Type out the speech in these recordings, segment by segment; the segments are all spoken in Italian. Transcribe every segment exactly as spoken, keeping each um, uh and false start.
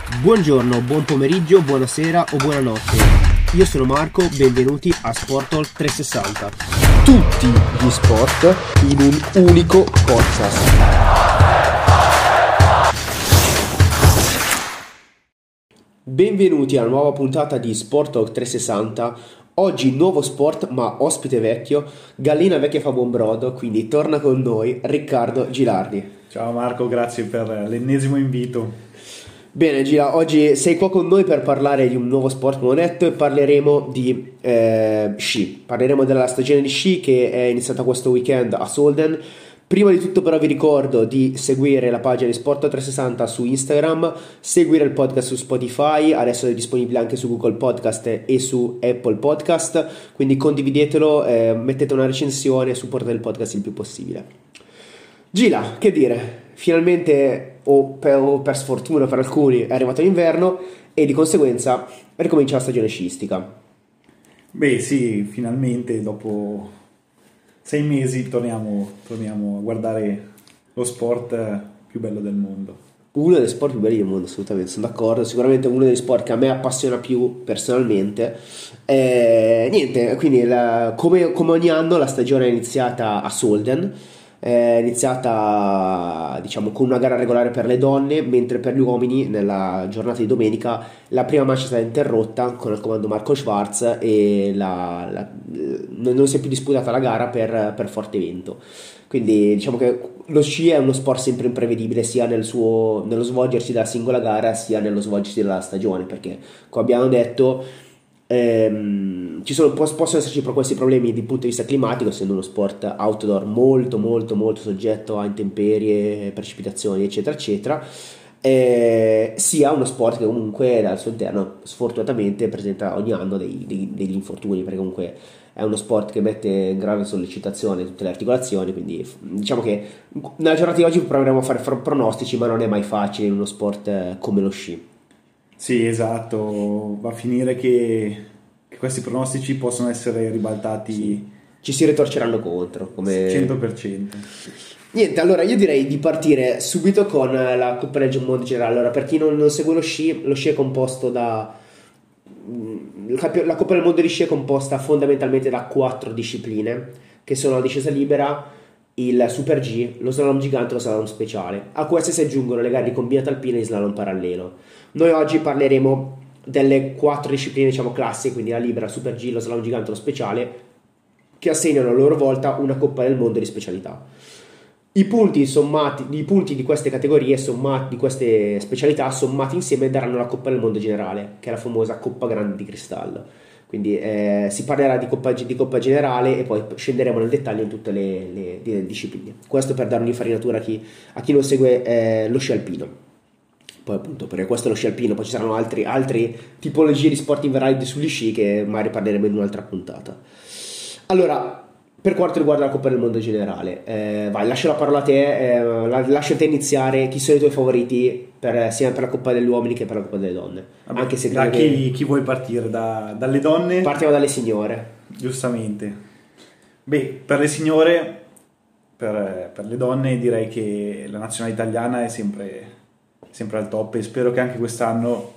Buongiorno, buon pomeriggio, buonasera o buonanotte. Io sono Marco, benvenuti a Sportalk trecentosessanta. Tutti gli sport in un unico podcast. Benvenuti alla nuova puntata di Sportalk trecentosessanta. Oggi nuovo sport ma ospite vecchio, gallina vecchia fa buon brodo, quindi torna con noi Riccardo Gilardi. Ciao Marco, grazie per l'ennesimo invito. Bene Gira, oggi sei qua con noi per parlare di un nuovo sport, come ho detto, e parleremo di eh, sci. Parleremo della stagione di sci che è iniziata questo weekend a Solden. Prima di tutto però vi ricordo di seguire la pagina di Sport trecentosessanta su Instagram, seguire il podcast su Spotify, adesso è disponibile anche su Google Podcast e su Apple Podcast, quindi condividetelo, eh, mettete una recensione e supportate il podcast il più possibile. Gila, che dire, finalmente o per, o per sfortuna per alcuni è arrivato l'inverno e di conseguenza ricomincia la stagione sciistica. Beh sì, finalmente dopo sei mesi torniamo, torniamo a guardare lo sport più bello del mondo. Uno degli sport più belli del mondo, assolutamente, sono d'accordo. Sicuramente uno degli sport che a me appassiona più personalmente. E, niente, quindi la, come, come ogni anno la stagione è iniziata a Solden. È iniziata diciamo con una gara regolare per le donne, mentre per gli uomini nella giornata di domenica la prima manche è stata interrotta con il comando Marco Schwarz e la, la, non si è più disputata la gara per, per forte vento. Quindi diciamo che lo sci è uno sport sempre imprevedibile sia nel suo, nello svolgersi della singola gara sia nello svolgersi della stagione, perché come abbiamo detto Ehm, ci sono, possono esserci questi problemi dal punto di vista climatico, essendo uno sport outdoor molto molto molto soggetto a intemperie, precipitazioni eccetera eccetera, eh, sia uno sport che comunque dal suo interno sfortunatamente presenta ogni anno dei, dei, degli infortuni, perché comunque è uno sport che mette in grave sollecitazione tutte le articolazioni, quindi diciamo che nella giornata di oggi proveremo a fare pronostici, ma non è mai facile in uno sport come lo sci. Sì, esatto, va a finire che, che questi pronostici possono essere ribaltati. Sì. Ci si ritorceranno contro come... cento per cento. Niente, allora io direi di partire subito con la Coppa del Mondo generale. Allora, per chi non, non segue lo sci, lo sci è composto da... La Coppa del Mondo di sci è composta fondamentalmente da quattro discipline, che sono la discesa libera, il Super G, lo slalom gigante e lo slalom speciale. A queste si aggiungono le gare di combinata alpina e di slalom parallelo. Noi oggi parleremo delle quattro discipline diciamo classiche, quindi la libera, Super G, lo slalom gigante e lo speciale, che assegnano a loro volta una Coppa del Mondo di specialità. I punti sommati, i punti di queste categorie sommati, di queste specialità sommati insieme daranno la Coppa del Mondo generale, che è la famosa Coppa Grande di Cristallo. Quindi eh, si parlerà di Coppa, di Coppa generale e poi scenderemo nel dettaglio in tutte le, le, le discipline. Questo per dare un'infarinatura a chi, a chi non segue eh, lo sci alpino. Poi appunto perché questo è lo sci alpino, poi ci saranno altri, altre tipologie di sport invernali sugli sci che magari parleremo in un'altra puntata. Allora, per quanto riguarda la Coppa del Mondo generale, eh, vai, lascio la parola a te, eh, lascio a te iniziare. Chi sono i tuoi favoriti per, sia per la Coppa degli uomini che per la Coppa delle donne? Vabbè, Anche se da che... chi, chi vuoi partire? Da, dalle donne? Partiamo dalle signore. Giustamente. Beh, per le signore, per, per le donne direi che la nazionale italiana è sempre... sempre al top e spero che anche quest'anno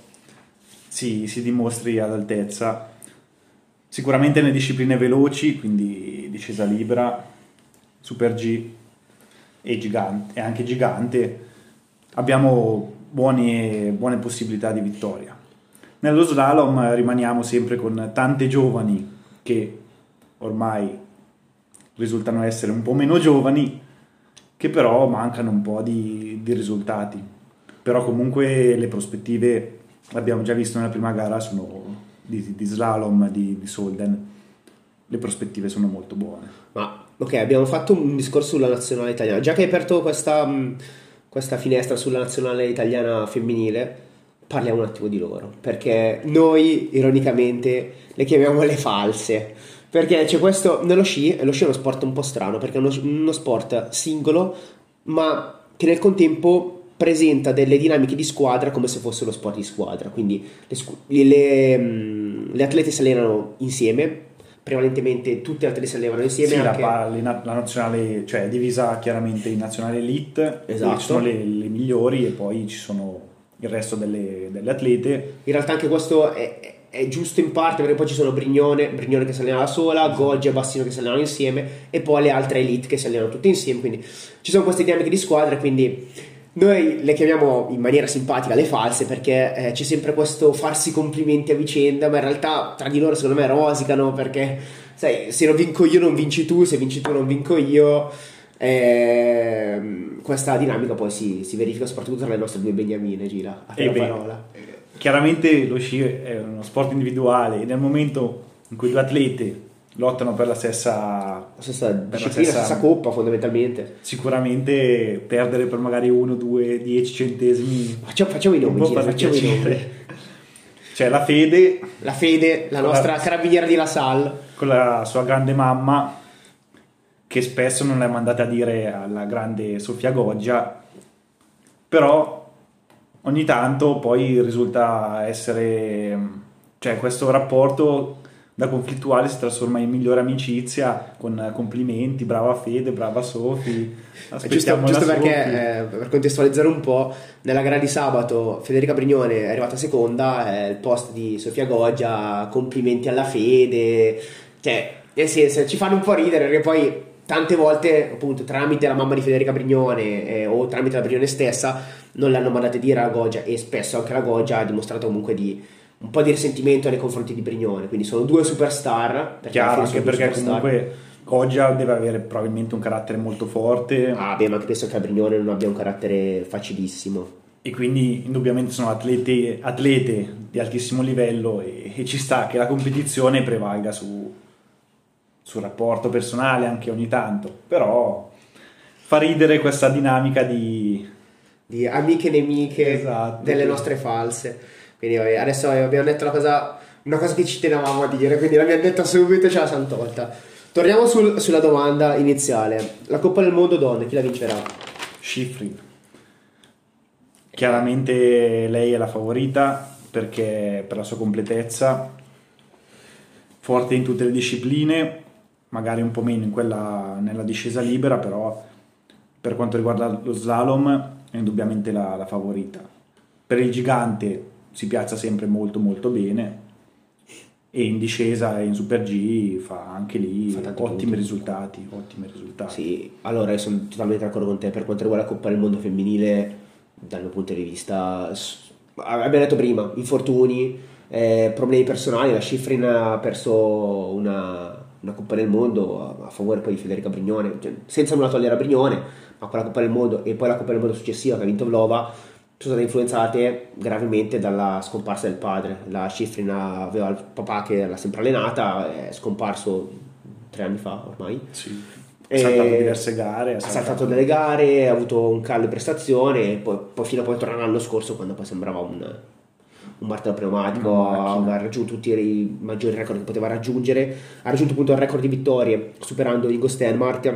si, si dimostri all'altezza. Sicuramente nelle discipline veloci, quindi discesa libera, Super G e, gigante, e anche gigante, abbiamo buone, buone possibilità di vittoria. Nello slalom rimaniamo sempre con tante giovani che ormai risultano essere un po' meno giovani, che però mancano un po' di, di risultati. Però comunque le prospettive, l'abbiamo già visto nella prima gara, sono di, di slalom di, di Solden, le prospettive sono molto buone. Ma ok, abbiamo fatto un discorso sulla nazionale italiana, già che hai aperto questa, questa finestra sulla nazionale italiana femminile, parliamo un attimo di loro, perché noi ironicamente le chiamiamo le false, perché c'è questo, nello sci, lo sci è uno sport un po' strano, perché è uno, uno sport singolo, ma che nel contempo presenta delle dinamiche di squadra come se fosse uno sport di squadra, quindi le, le, le atlete si allenano insieme, prevalentemente tutte le atlete si allenano insieme. Sì, anche... la, la, la nazionale, cioè è divisa chiaramente in nazionale elite, esatto. ci sono le, le migliori e poi ci sono il resto delle, delle atlete. In realtà anche questo è, è, è giusto in parte, perché poi ci sono Brignone, Brignone che si allena da sola, Goggia e Bassino che si allenano insieme, e poi le altre elite che si allenano tutte insieme, quindi ci sono queste dinamiche di squadra, quindi noi le chiamiamo in maniera simpatica le false, perché eh, c'è sempre questo farsi complimenti a vicenda, ma in realtà tra di loro secondo me rosicano, perché sai, se non vinco io non vinci tu, se vinci tu non vinco io. Eh, questa dinamica poi si, si verifica soprattutto tra le nostre due beniamine, Gira, a te E la beh, parola. chiaramente lo sci è uno sport individuale, e nel momento in cui due atlete lottano per la stessa, La stessa per la disciplina, la stessa coppa fondamentalmente. sicuramente perdere per magari uno, due, dieci centesimi Facciamo, facciamo i un nomi, po' Gira, fa facciamo i nomi. piacere. C'è la Fede, La Fede, la Con la- nostra carabiniera di La Salle. con la sua grande mamma, che spesso non l'è mandata a dire alla grande Sofia Goggia, però ogni tanto poi risulta essere, cioè questo rapporto da conflittuale si trasforma in migliore amicizia, con complimenti, brava Fede, brava Sofi, Giusto, aspettiamo giusto la perché, Sofi. eh, per contestualizzare un po', nella gara di sabato Federica Brignone è arrivata seconda, eh, il post di Sofia Goggia, complimenti alla Fede, cioè, nel senso, ci fanno un po' ridere, perché poi tante volte, appunto, tramite la mamma di Federica Brignone eh, o tramite la Brignone stessa, non l'hanno mandata a dire alla Goggia, e spesso anche la Goggia ha dimostrato comunque di un po' di risentimento nei confronti di Brignone, quindi sono due superstar, perché alla Chiaro, fine anche sono due perché superstar. comunque Goggia deve avere probabilmente un carattere molto forte, Ah, beh, ma penso che a Brignone non abbia un carattere facilissimo. e quindi indubbiamente sono atlete, atlete di altissimo livello, e, e ci sta che la competizione prevalga su, sul rapporto personale anche ogni tanto, però fa ridere questa dinamica di... Di amiche e nemiche Esatto. delle nostre false. Quindi vabbè, adesso abbiamo detto la cosa, una cosa che ci tenevamo a dire, quindi l'abbiamo detta subito e ce la siamo tolta. Torniamo sul- sulla domanda iniziale. La Coppa del Mondo donne, chi la vincerà? Schifrin. Chiaramente lei è la favorita perché per la sua completezza, forte in tutte le discipline, magari un po' meno in quella nella discesa libera, però per quanto riguarda lo slalom è indubbiamente la, la favorita. Per il gigante si piazza sempre molto molto bene, e in discesa e in Super G fa anche lì Fa tanti ottimi punti. risultati, ottimi risultati. Sì, allora io sono totalmente d'accordo con te. Per quanto riguarda la Coppa del Mondo femminile, dal mio punto di vista, s- abbiamo detto prima, infortuni, eh, problemi personali. La Schifrin ha perso una, una Coppa del Mondo a, a favore poi di Federica Brignone, cioè, senza nulla togliere a Brignone, ma quella Coppa del Mondo e poi la Coppa del Mondo successiva che ha vinto Vlova sono state influenzate gravemente dalla scomparsa del padre. La Schifrin aveva il papà che l'ha sempre allenata, è scomparso tre anni fa ormai. Sì. E- Ha saltato diverse gare, ha saltato delle gare, ha avuto un calo di prestazione, e poi, poi fino a poi tornare l'anno scorso, quando poi sembrava un, un martello pneumatico, Una macchina. aveva raggiunto tutti i maggiori record che poteva raggiungere, ha raggiunto appunto il record di vittorie superando Ingo Stenmark,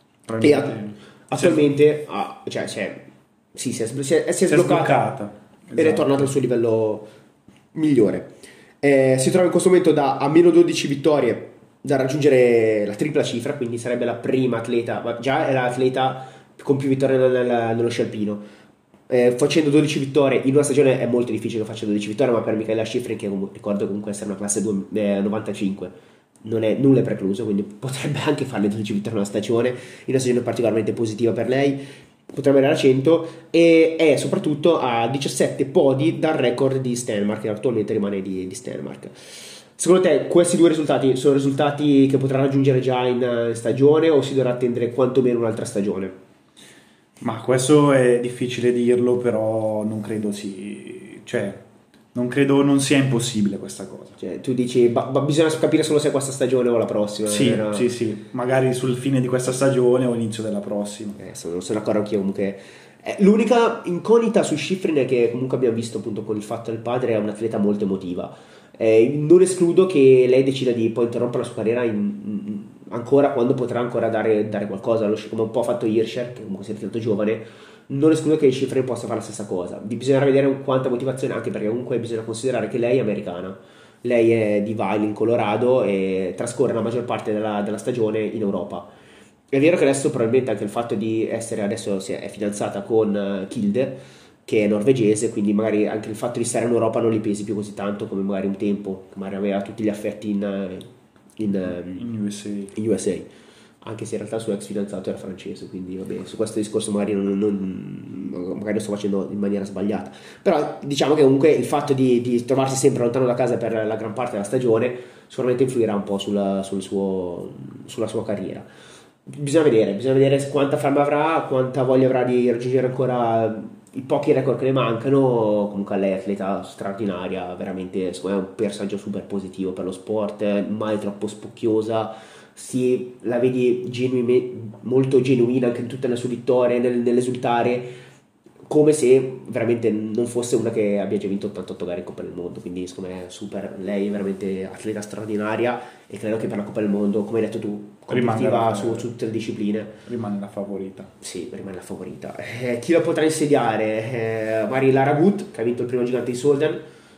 e a- attualmente ha- cioè, cioè, sì, si è, si è- si è si è sbloccata sbloccata. ed è Esatto. tornato al suo livello migliore. Eh, si trova in questo momento da a meno dodici vittorie da raggiungere la tripla cifra, quindi sarebbe la prima atleta, ma già è l'atleta con più vittorie nel- nello sci alpino. Eh, facendo dodici vittorie in una stagione è molto difficile che faccia dodici vittorie, ma per Michaela Schifrin, che comunque- ricordo comunque essere una classe due- eh, novantacinque, non è nulla è precluso, quindi potrebbe anche farle dodici vittorie in una stagione, in una stagione particolarmente positiva per lei, potrebbe arrivare a cento, e è soprattutto a diciassette podi dal record di Stenmark, che attualmente rimane di, di Stenmark. Secondo te questi due risultati sono risultati che potrà raggiungere già in eh, stagione, o si dovrà attendere quantomeno un'altra stagione? Ma questo è difficile dirlo, però non credo si... cioè, non credo non sia impossibile questa cosa. Cioè, tu dici, ba- ba- bisogna capire solo se è questa stagione o la prossima. Sì, era- sì, sì, magari sul fine di questa stagione o inizio della prossima. Eh, sono, sono d'accordo anch'io comunque. Eh, l'unica incognita su Schifrin è che comunque abbiamo visto appunto con il fatto del padre è un'atleta molto emotiva. Eh, non escludo che lei decida di poi interrompere la sua carriera in- in- ancora quando potrà ancora dare, dare qualcosa, lo- come un po' ha fatto Hirscher, che comunque si è ritirato giovane. Non escludo che Schifrin possa fare la stessa cosa. Bisognerà vedere quanta motivazione, anche perché comunque bisogna considerare che lei è americana. Lei è di Vail in Colorado e trascorre la maggior parte della, della stagione in Europa. È vero che adesso probabilmente anche il fatto di essere adesso si è, è fidanzata con eh, Kilde, che è norvegese, quindi magari anche il fatto di stare in Europa non gli pesi più così tanto come magari un tempo, che magari aveva tutti gli affetti in, in, in U S A. in U S A. Anche se in realtà il suo ex fidanzato era francese, quindi vabbè, su questo discorso magari non, non, magari lo sto facendo in maniera sbagliata, però diciamo che comunque il fatto di, di trovarsi sempre lontano da casa per la gran parte della stagione sicuramente influirà un po' sulla, sul suo, sulla sua carriera. Bisogna vedere, bisogna vedere quanta fama avrà, quanta voglia avrà di raggiungere ancora i pochi record che le mancano. Comunque lei è atleta straordinaria, veramente secondo me è un personaggio super positivo per lo sport, mai troppo spocchiosa. Sì, la vedi genu- molto genuina anche in tutte le sue vittorie, nel, nell'esultare, come se veramente non fosse una che abbia già vinto ottantotto gare in Coppa del Mondo. Quindi secondo me è super, lei è veramente atleta straordinaria e credo che per la Coppa del Mondo, come hai detto tu, competitiva su, su tutte le discipline, rimane la favorita. Sì, rimane la favorita. Eh, chi la potrà insediare? Eh, magari Lara Gut, che ha vinto il primo gigante di Solden,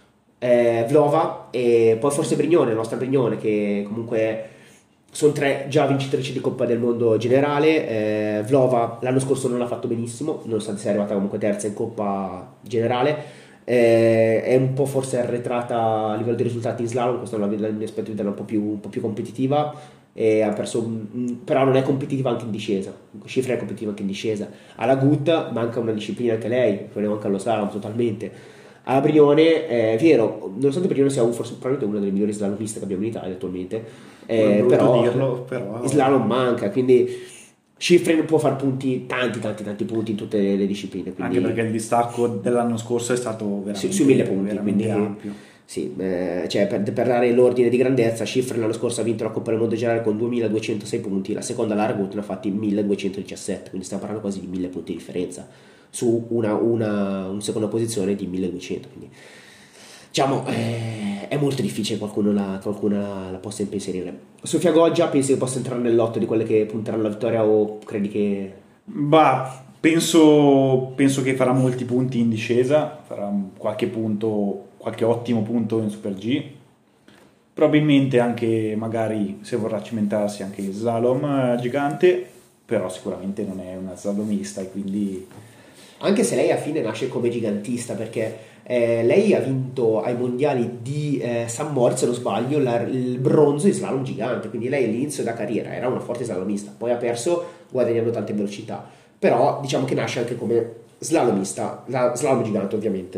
eh, Vlova e poi forse Brignone, la nostra Brignone, che comunque sono tre già vincitrici di Coppa del Mondo generale. eh, Vlova l'anno scorso non l'ha fatto benissimo, nonostante sia arrivata comunque terza in Coppa generale. eh, è un po' forse arretrata a livello di risultati in slalom, questo la, la, mi aspetto di vederla un po' più, un po' più competitiva, e ha perso, mh, però non è competitiva anche in discesa. Cifra è competitiva anche in discesa. Alla Gut manca una disciplina anche lei, manca allo slalom totalmente. A Brione è vero, nonostante Brione sia un, forse probabilmente una delle migliori slalomiste che abbiamo in Italia attualmente, eh, però, dirlo, però in slalom manca, quindi Schifrin può far punti, tanti tanti tanti punti in tutte le, le discipline, quindi, anche perché il distacco dell'anno scorso è stato veramente su, su mille punti, quindi ampio. Sì, eh, cioè per, per dare l'ordine di grandezza, Schifrin l'anno scorso ha vinto la Coppa del Mondo generale con duemiladuecentosei punti, la seconda Lara Gut ne ha fatti milleduecentodiciassette, quindi stiamo parlando quasi di mille punti di differenza su una, una, una seconda posizione di milleduecento, quindi diciamo eh, è molto difficile qualcuno la, qualcuna la possa impensierire. Sofia Goggia pensi che possa entrare nell'otto di quelle che punteranno alla vittoria, o credi che... Bah, penso, penso che farà molti punti in discesa, farà qualche punto, qualche ottimo punto in Super G, probabilmente anche magari se vorrà cimentarsi anche il slalom eh, gigante, però sicuramente non è una slalomista e quindi... Anche se lei a fine nasce come gigantista, perché eh, lei ha vinto ai mondiali di eh, San Moritz, se non sbaglio, la, il bronzo in slalom gigante, quindi lei all'inizio della carriera era una forte slalomista, poi ha perso guadagnando tante velocità, però diciamo che nasce anche come slalomista, la slalom gigante ovviamente.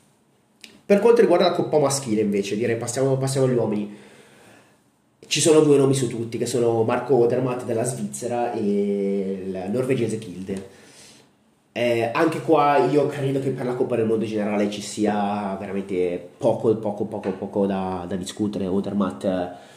Per quanto riguarda la Coppa maschile invece, direi passiamo, passiamo agli uomini. Ci sono due nomi su tutti, che sono Marco Odermatt della Svizzera e il norvegese Kilde. Eh, anche qua io credo che per la Coppa del Mondo generale ci sia veramente poco poco poco poco da, da discutere. Odermatt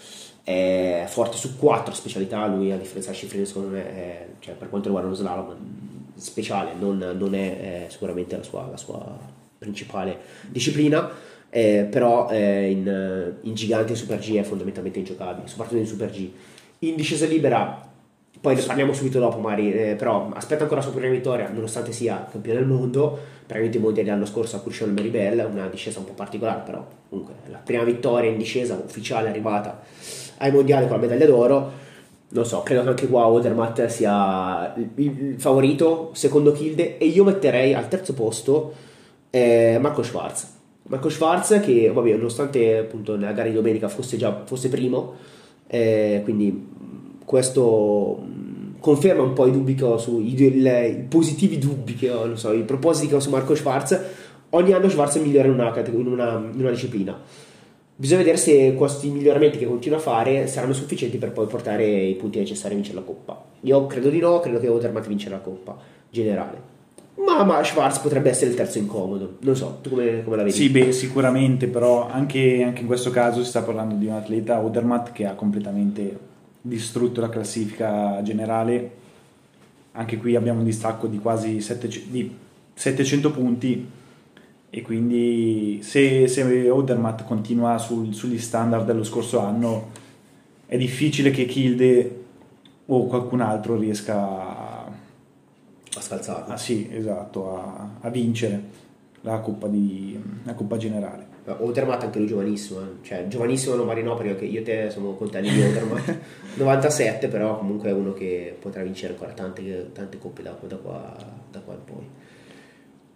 è forte su quattro specialità, lui a differenza di Schifrin secondo me è, cioè, per quanto riguarda lo slalom speciale non, non è, è sicuramente la sua, la sua principale disciplina, eh, però eh, in, in gigante e Super G è fondamentalmente ingiocabile, soprattutto in Super G. In discesa libera poi ne parliamo subito dopo Mari, eh, però aspetta ancora la sua prima vittoria, nonostante sia campione del mondo. Per i mondiali l'anno scorso a Courchevel Meribel, una discesa un po' particolare, però comunque la prima vittoria in discesa ufficiale è arrivata ai mondiali con la medaglia d'oro. Non so, credo che anche qua Odermatt sia il, il favorito, secondo Kilde, e io metterei al terzo posto eh, Marco Schwarz. Marco Schwarz che, vabbè, nonostante appunto nella gara di domenica fosse già fosse primo, eh, quindi questo conferma un po' i dubbi che ho su i, i, i positivi dubbi che ho, non so, i propositi che ho su Marco Schwarz. Ogni anno Schwarz è migliore in una, in una, in una disciplina. Bisogna vedere se questi miglioramenti che continua a fare saranno sufficienti per poi portare i punti necessari a vincere la Coppa. Io credo di no, credo che Odermatt vincerà la Coppa generale. Ma, ma Schwarz potrebbe essere il terzo incomodo. Non so, tu come, come la vedi? Sì, beh, sicuramente, però anche, anche in questo caso si sta parlando di un atleta, Odermatt, che ha completamente distrutto la classifica generale. Anche qui abbiamo un distacco di quasi settecento punti, e quindi se, se Odermatt continua sul, sugli standard dello scorso anno è difficile che Kilde o qualcun altro riesca a, a scalzarlo. Ah, sì, esatto, a, a vincere la Coppa, di, la Coppa generale. Odermatt anche lui giovanissimo, eh. Cioè giovanissimo non Marino, perché io e te siamo contenti di Odermatt. novantasette, però comunque è uno che potrà vincere ancora tante, tante coppe da, da, qua, da qua in poi.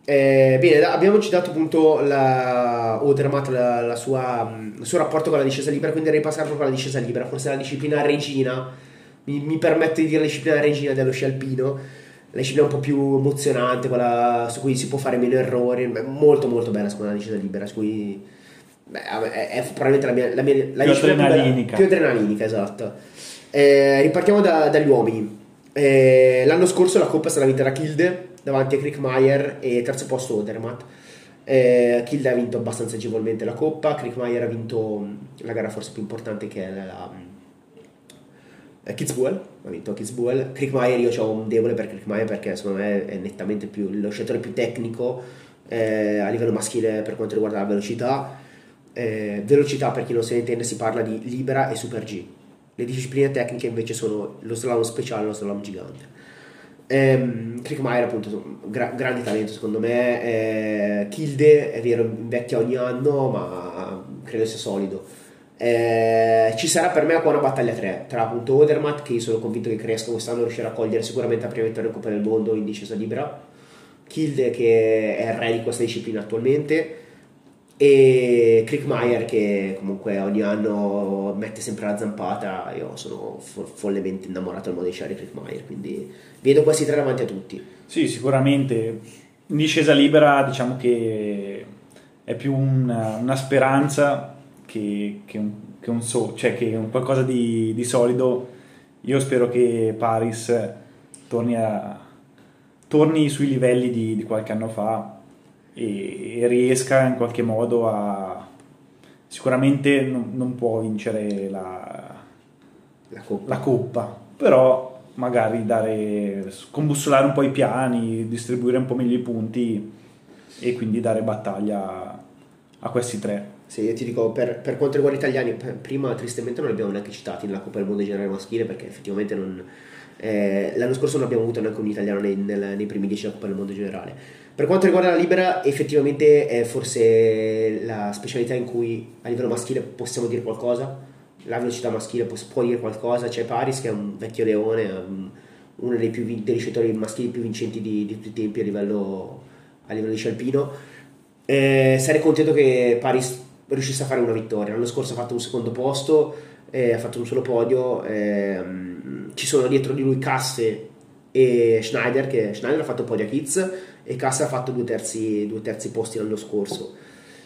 Eh, bene, da- abbiamo citato appunto la Odermatt, la, la sua, il suo rapporto con la discesa libera, quindi direi passare proprio alla discesa libera, forse la disciplina regina, mi, mi permetto di dire la disciplina regina dello sci alpino, la disciplina un po' più emozionante, quella su cui si può fare meno errori, è molto molto bella secondo me la discesa libera, su cui beh, è, è probabilmente la mia, la mia la Più disciplina più bella- adrenalinica. più adrenalinica, esatto. Eh, ripartiamo da- dagli uomini. Eh, l'anno scorso la coppa è stata vinta da Kilde davanti a Krickmayer e terzo posto Odermatt. Eh, Kilde ha vinto abbastanza agevolmente la coppa, Krickmayer ha vinto mh, la gara forse più importante che è la, la eh, Kitzbühel, ha vinto a Kitzbühel. Krickmayer, io ho un debole per Krickmayer perché secondo me è nettamente più, lo sciatore più tecnico eh, a livello maschile per quanto riguarda la velocità. Eh, velocità, per chi non se ne intende, si parla di libera e super G. Le discipline tecniche invece sono lo slalom speciale e lo slalom gigante. Ehm, Krickmayer appunto gra- grande talento secondo me. eh, Kilde è vero invecchia ogni anno ma credo sia solido. Eh, ci sarà per me qua una battaglia tre tra appunto Odermatt, che io sono convinto che cresca quest'anno, riuscirà a cogliere sicuramente la prima vittoria in Coppa del Mondo in discesa libera, Kilde che è il re di questa disciplina attualmente, e Krickmayer che comunque ogni anno mette sempre la zampata. Io sono fo- follemente innamorato del modo di sciare di Krickmayer, quindi vedo questi tre davanti a tutti. Sì, sicuramente in discesa libera diciamo che è più una, una speranza che, che un, che un so, cioè che un qualcosa di, di solido. Io spero che Paris torni, a, torni sui livelli di, di qualche anno fa e, e riesca in qualche modo a... Sicuramente non, non può vincere la, La coppa. la coppa, però magari dare, scombussolare un po' i piani, distribuire un po' meglio i punti e quindi dare battaglia a questi tre. Sì, io ti dico, per, per quanto riguarda gli italiani, per- prima tristemente non li abbiamo neanche citati nella Coppa del Mondo generale maschile, perché effettivamente non, eh, l'anno scorso non abbiamo avuto neanche un italiano nei, nel- nei primi dieci della Coppa del Mondo generale. Per quanto riguarda la libera, effettivamente è forse la specialità in cui a livello maschile possiamo dire qualcosa. La velocità maschile può, può dire qualcosa. C'è Paris che è un vecchio leone, un- uno dei, più, vin- dei sciatori maschili più vincenti di, di tutti i tempi a livello, a livello di sci alpino. Eh, sarei contento che Paris riuscisse a fare una vittoria. L'anno scorso ha fatto un secondo posto, eh, ha fatto un solo podio. ehm, ci sono dietro di lui Casse e Schneider, che Schneider ha fatto un podio a Kids e Casse ha fatto due terzi, due terzi posti l'anno scorso.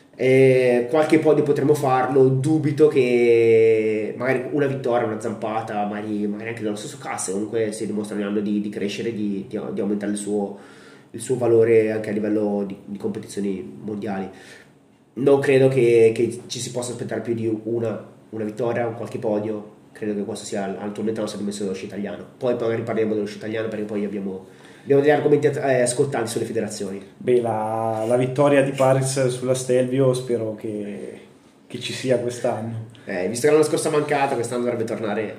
Eh, qualche podio potremmo farlo, dubito che magari una vittoria, una zampata, magari, magari anche dallo stesso Casse, comunque si dimostra ogni anno di, di crescere, di, di, di aumentare il suo, il suo valore anche a livello di, di competizioni mondiali. Non credo che, che ci si possa aspettare più di una, una vittoria, un qualche podio. Credo che questo sia attualmente la nostra dimensione dello sci italiano. Poi magari parliamo dello sci italiano perché poi abbiamo, abbiamo degli argomenti eh, scottanti sulle federazioni. Beh, la, la vittoria di Paris sulla Stelvio spero che, che ci sia quest'anno. Eh, visto che l'anno scorso è mancata, quest'anno dovrebbe tornare.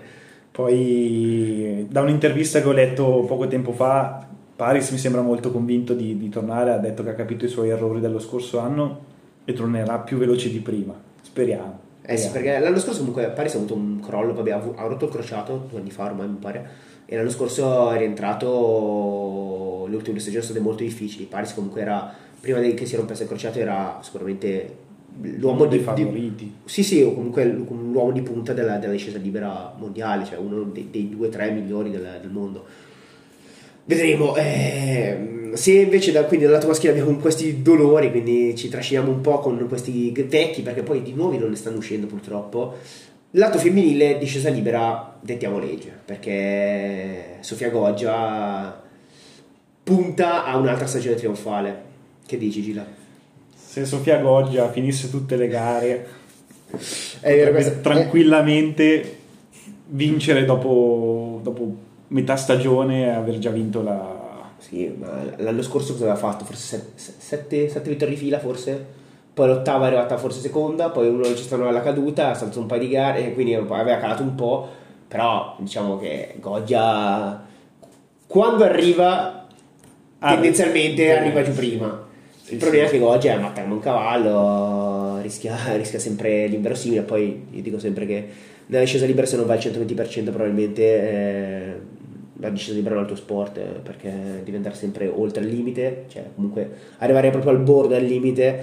Poi da un'intervista che ho letto poco tempo fa, Paris mi sembra molto convinto di, di tornare, ha detto che ha capito i suoi errori dello scorso anno e tornerà più veloce di prima. Speriamo. Eh sì, speriamo. perché l'anno scorso comunque Paris ha avuto un crollo, vabbè, ha, avu- ha rotto il crociato due anni fa ormai mi pare, e l'anno scorso è rientrato, le ultime due stagioni sono state molto difficili. Paris comunque era, prima di- che si rompesse il crociato, era sicuramente l'uomo Uno dei di, favoriti. di- sì sì, o comunque l- l'uomo di punta della, della discesa libera mondiale, cioè uno dei, dei due o tre migliori del, del mondo. Vedremo. eh, se invece da, quindi dal lato maschile abbiamo questi dolori, quindi ci trasciniamo un po' con questi vecchi, perché poi di nuovi non ne stanno uscendo purtroppo. Lato femminile, discesa libera, dettiamo legge, perché Sofia Goggia punta a un'altra stagione trionfale. Che dici, Gila? Se Sofia Goggia finisse tutte le gare, È vero, potrebbe questa- tranquillamente vincere dopo, dopo metà stagione e aver già vinto la... Sì, ma l'anno scorso cosa aveva fatto? Forse sette, sette vittorie di fila, forse? Poi l'ottava è arrivata forse seconda, poi uno ci stanno alla caduta, ha saltato un paio di gare e quindi aveva calato un po', però diciamo che Goggia quando arriva Ah, tendenzialmente beh, arriva giù prima. sì, Il problema sì. è che Goggia è ammattare un cavallo, rischia, rischia sempre l'inverosimile. Poi io dico sempre che nella discesa libera se non vai al centoventi per cento probabilmente eh, la discesa libera è il tuo sport, eh, perché devi andare sempre oltre il limite, cioè comunque arrivare proprio al bordo del limite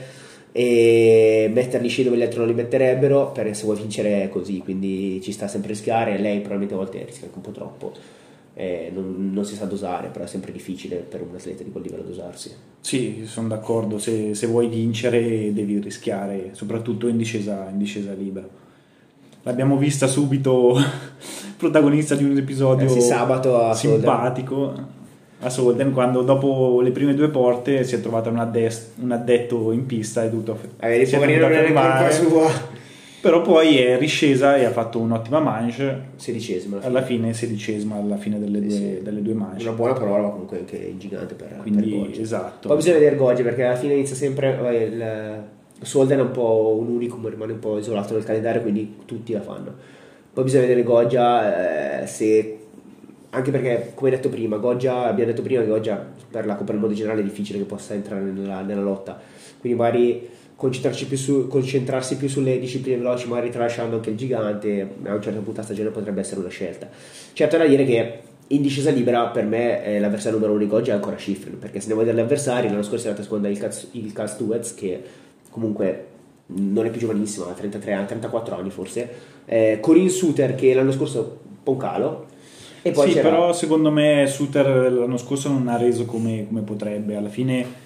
e metterli sci dove gli altri non li metterebbero, perché se vuoi vincere è così, quindi ci sta sempre a rischiare. Lei probabilmente a volte rischia anche un po' troppo, eh, non, non si sa dosare, però è sempre difficile per un atleta di quel livello dosarsi. Sì, sono d'accordo, se, se vuoi vincere devi rischiare, soprattutto in discesa, in discesa libera. L'abbiamo vista subito protagonista di un episodio eh sì, sabato a simpatico a Solden, quando dopo le prime due porte si è trovata un, addest- un addetto in pista e tutto eh, si è dovuta fermare, sua. Però poi è riscesa e ha fatto un'ottima manche, sedicesima alla fine sedicesima alla fine delle due, sì. delle due manche. Una buona parola, ma comunque anche gigante per, quindi per Goggia. Esatto. Poi bisogna vedere Goggia, perché alla fine inizia sempre eh, il Solden è un po' un unicum, rimane un po' isolato nel calendario, quindi tutti la fanno. Poi bisogna vedere Goggia, eh, se anche perché, come detto prima, Goggia, abbiamo detto prima che Goggia per la Coppa del Mondo generale è difficile che possa entrare nella, nella lotta, quindi magari concentrarsi più su, concentrarsi più sulle discipline veloci, magari tralasciando anche il gigante, a un certo punto a stagione potrebbe essere una scelta. Certo è da dire che in discesa libera per me eh, l'avversario numero uno di Goggia è ancora Schifrin, perché se ne vuoi degli avversari, l'anno scorso è andata a seconda il Karl il Stuetz, che comunque non è più giovanissimo, ha trentatré anni, trentaquattro anni forse, eh, Corinne Suter che l'anno scorso un po' un calo, e poi sì, c'era... però secondo me Suter l'anno scorso non ha reso come, come potrebbe, alla fine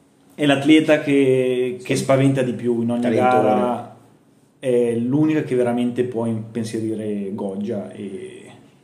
è l'atleta che, che spaventa di più in ogni Talentone. gara, è l'unica che veramente può impensierire Goggia e,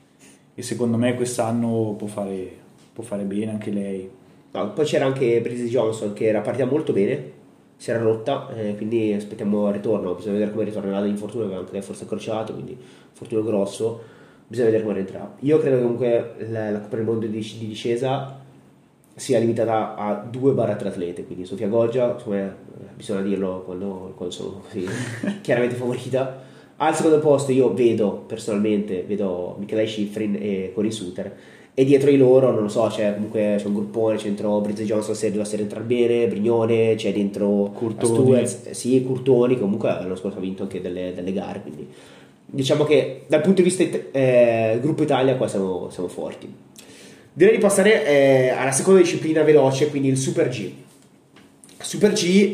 e secondo me quest'anno può fare, può fare bene anche lei. No, poi c'era anche Brizzy Johnson che era partita molto bene, si era rotta, eh, quindi aspettiamo il ritorno, bisogna vedere come ritornerà dall'infortunio, aveva anche lei forse accrociato, quindi infortunio grosso, bisogna vedere come rientrerà. Io credo che comunque la, la Coppa del Mondo di, di discesa sia limitata a due tre atlete, quindi Sofia Goggia, come bisogna dirlo quando, quando sono così chiaramente favorita. Al secondo posto io vedo personalmente vedo Michaela Schifrin e Corinne Suter, e dietro di loro non lo so, c'è comunque c'è un gruppone, c'è dentro Brizzy Johnson se deve entrare bene, Brignone, c'è dentro Curtoni, Stuart, sì, Curtoni che comunque l'anno scorso ha vinto anche delle, delle gare, quindi diciamo che dal punto di vista eh, gruppo Italia qua siamo, siamo forti. Direi di passare eh, alla seconda disciplina veloce, quindi il Super G. Super G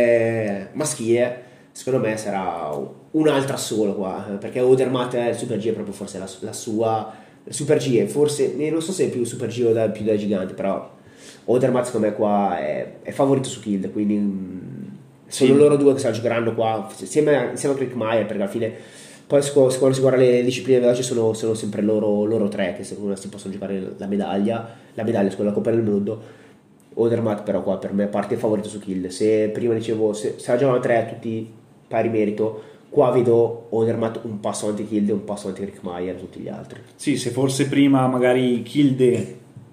eh, maschile, secondo me sarà un'altra solo qua, perché Odermatt il Super G è proprio forse la, la sua. Il Super G è forse, non so se è più Super G o da, più da gigante, però Odermatt secondo me qua è, è favorito su Kilde, quindi mh, sono sì. Loro due che se la giocheranno qua, insieme, insieme a Krickmaier, perché alla fine poi quando si guarda le discipline veloci sono, sono sempre loro, loro tre che secondo me si possono giocare la medaglia, la medaglia con la Coppa del Mondo. Odermatt però qua per me parte favorito su Kilde, se prima dicevo se, se la giocano tre tutti pari merito, qua vedo Odermatt un passo avanti Kilde, un passo avanti Krickmaier e tutti gli altri. Sì, se forse prima magari Kilde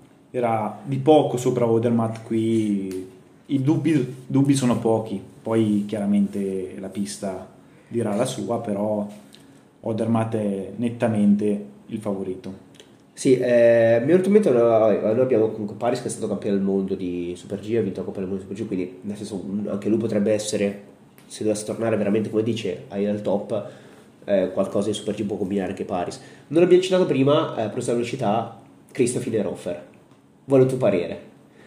era di poco sopra Odermatt, qui i dubbi, dubbi sono pochi, poi chiaramente la pista dirà la sua, però Odermatt è nettamente il favorito. Sì, eh, mi è venuto in mente, noi, noi abbiamo comunque Paris che è stato campione del mondo di Super G, ha vinto la Coppa del Mondo di Super G, quindi nel senso anche lui potrebbe essere, se dovesse tornare veramente come dice al top, eh, qualcosa di Super G può combinare anche Paris. Non abbiamo citato prima, eh, per questa velocità, Christoph Innerhofer. Vuole il tuo parere?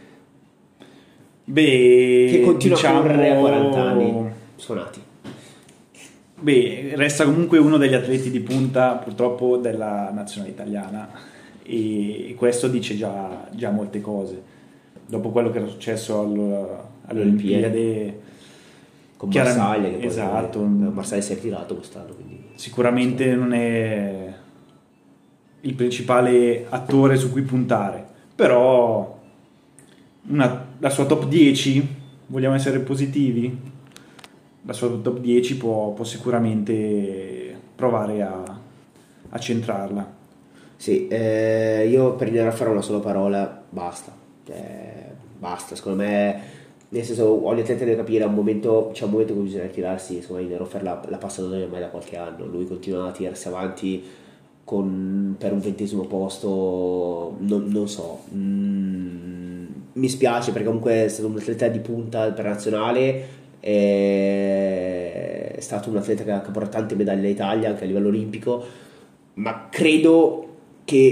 Beh, che continua diciamo... a correre a quaranta anni suonati. Beh, resta comunque uno degli atleti di punta purtroppo della nazionale italiana, e questo dice già, già molte cose. Dopo quello che era successo all, alle Olimpiadi con Marsaglia, che esatto, poi Marsaglia si è ritirato quest'anno, quindi sicuramente non è il principale attore su cui puntare, però una, la sua top dieci, vogliamo essere positivi, la sua top dieci può, può sicuramente provare a, a centrarla. Sì, eh, io per andare a fare una sola parola, basta, eh, basta, secondo me, nel senso, ogni atleta deve capire, a un momento, c'è un momento in cui bisogna tirarsi, secondo me Innerhofer l'ha, l'ha passato ormai da qualche anno, lui continua a tirarsi avanti con, per un ventesimo posto, non, non so, mm, mi spiace perché comunque è stato un atleta di punta per nazionale, è stato un atleta che ha portato tante medaglie all'Italia anche a livello olimpico, ma credo che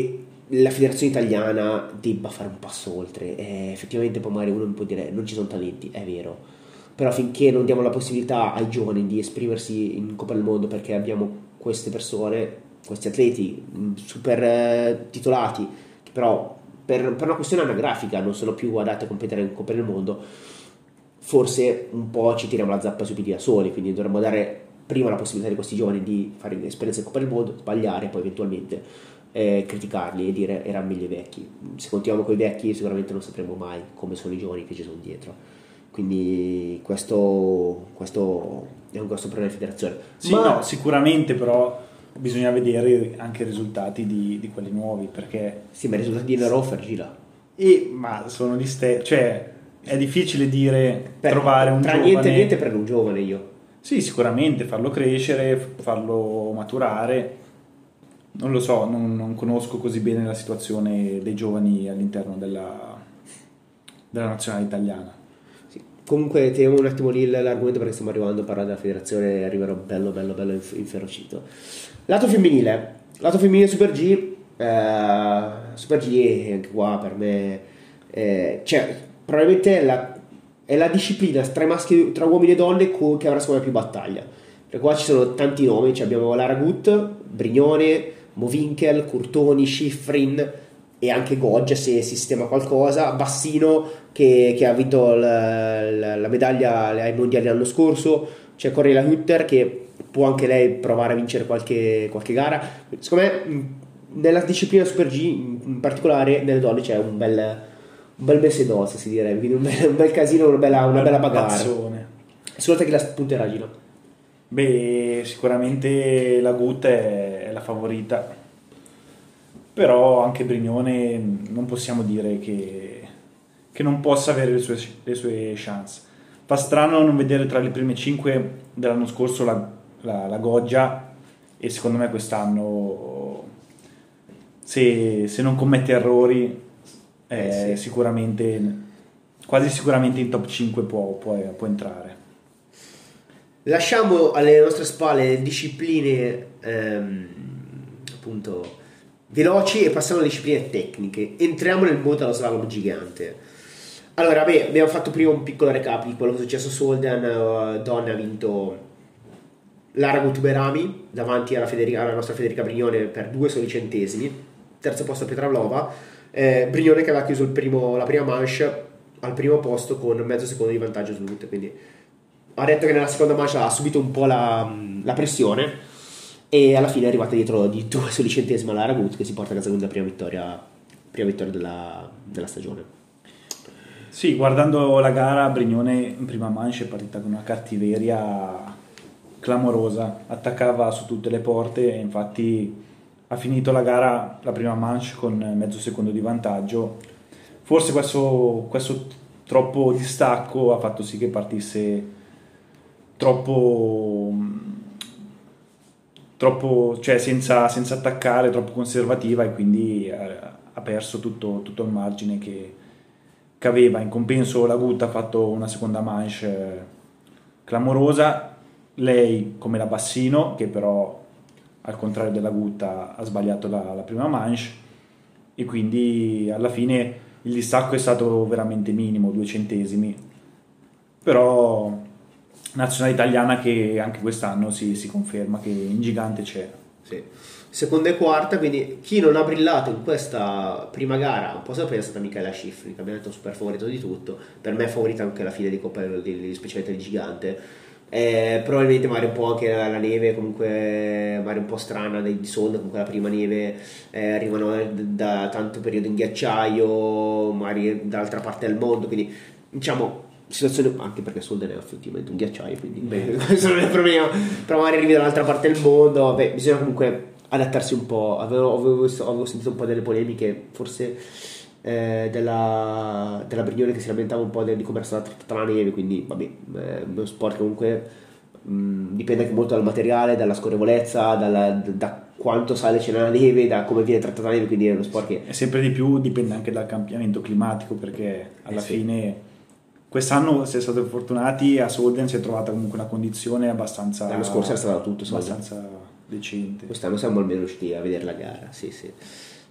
la federazione italiana debba fare un passo oltre. Eh, effettivamente poi magari uno mi può dire non ci sono talenti, è vero, però finché non diamo la possibilità ai giovani di esprimersi in Coppa del Mondo, perché abbiamo queste persone, questi atleti super eh, titolati, che però per, per una questione anagrafica non sono più adatti a competere in Coppa del Mondo, forse un po' ci tiriamo la zappa sui piedi da soli, quindi dovremmo dare prima la possibilità di questi giovani di fare esperienza in Coppa del Mondo, sbagliare, poi eventualmente eh, criticarli e dire erano meglio i vecchi. Se continuiamo con i vecchi sicuramente non sapremo mai come sono i giovani che ci sono dietro, quindi questo, questo è un grosso problema di federazione. Sì, Ma no, sicuramente, però bisogna vedere anche i risultati di, di quelli nuovi, perché sì, ma i risultati di Nerofer gira. e, ma sono gli stessi, cioè è difficile dire Per, trovare un tra giovane. niente e niente per un giovane io. Sì, sicuramente farlo crescere, farlo maturare. Non lo so, non, non conosco così bene la situazione dei giovani all'interno della, della nazionale italiana. Sì. Comunque teniamo un attimo lì l'argomento perché stiamo arrivando a parlare della federazione e arriverò bello bello bello inf- inferocito. Lato femminile, lato femminile Super G, eh, Super G anche qua per me, eh, cioè probabilmente è la, è la disciplina tra, i maschi, tra uomini e donne co- che avrà secondo me più battaglia, perché qua ci sono tanti nomi, cioè abbiamo Lara Gut, Brignone, Movinkel, Curtoni, Schifrin e anche Goggia se sistema qualcosa, Bassino che, che ha vinto la, la, la medaglia ai mondiali l'anno scorso, c'è Cornelia Hutter che può anche lei provare a vincere qualche, qualche gara. Secondo me nella disciplina Super G in particolare nelle donne c'è un bel un bel mese d'ossa, si direbbe, quindi un bel, un bel casino, una bella, una bella bagarre. Secondo te chi la punterà, Gino? Beh, sicuramente la Gut è, è la favorita, però anche Brignone non possiamo dire che, che non possa avere le sue, le sue chance. Fa strano non vedere tra le prime cinque dell'anno scorso la, la, la Goggia, e secondo me quest'anno se, se non commette errori eh, sì. sicuramente quasi sicuramente in top cinque può, può, può entrare. Lasciamo alle nostre spalle discipline ehm, appunto veloci e passiamo alle discipline tecniche. Entriamo nel mondo dello slalom gigante. Allora, beh, abbiamo fatto prima un piccolo recap di quello che è successo a Solden. uh, Donna ha vinto Lara Gut-Berami davanti alla, Federica, alla nostra Federica Brignone per due soli centesimi. Terzo posto a Petravlova. eh, Brignone che aveva chiuso il primo, la prima manche al primo posto con mezzo secondo di vantaggio su tutte, quindi ha detto che nella seconda manche ha subito un po' la, la pressione e alla fine è arrivata dietro di due soli centesimi alla Lara Gut, che si porta a casa con la prima vittoria, prima vittoria della, della stagione. Sì, guardando la gara, Brignone in prima manche è partita con una cattiveria clamorosa, attaccava su tutte le porte e infatti ha finito la gara, la prima manche, con mezzo secondo di vantaggio. Forse questo, questo troppo distacco ha fatto sì che partisse troppo, troppo cioè senza, senza attaccare, troppo conservativa, e quindi ha, ha perso tutto, tutto il margine che, che aveva. In compenso la Gut ha fatto una seconda manche clamorosa, lei come la Bassino, che però al contrario della Gut ha sbagliato la, la prima manche, e quindi alla fine il distacco è stato veramente minimo, due centesimi, però nazionale italiana che anche quest'anno si, si conferma che in gigante c'è. Sì. Seconda e quarta, quindi chi non ha brillato in questa prima gara un po' sapere è stata Michaela Schifrin, che abbiamo detto super favorito di tutto, per me è favorita anche la fine di Coppa di, di specialità di gigante. Eh, probabilmente magari un po' anche la neve, comunque magari un po' strana di Solden, comunque la prima neve, eh, arrivano da tanto periodo in ghiacciaio, magari dall'altra parte del mondo, quindi diciamo situazione, anche perché Solden è effettivamente un ghiacciaio, quindi beh, questo non è il problema, però magari arrivi dall'altra parte del mondo, beh, bisogna comunque adattarsi un po'. Avevo, avevo, avevo sentito un po' delle polemiche forse eh, della, della Brignone che si lamentava un po' di come era stata trattata la neve, quindi vabbè, è uno sport comunque mh, dipende anche molto dal materiale, dalla scorrevolezza, dalla, da quanto sale c'è nella neve, da come viene trattata la neve, quindi è uno sport che e sempre di più dipende anche dal cambiamento climatico, perché alla eh sì. fine quest'anno, se siete fortunati, a Solden si è trovata comunque una condizione abbastanza, l'anno scorso era stato tutto abbastanza decente. Quest'anno siamo almeno riusciti a vedere la gara, sì sì.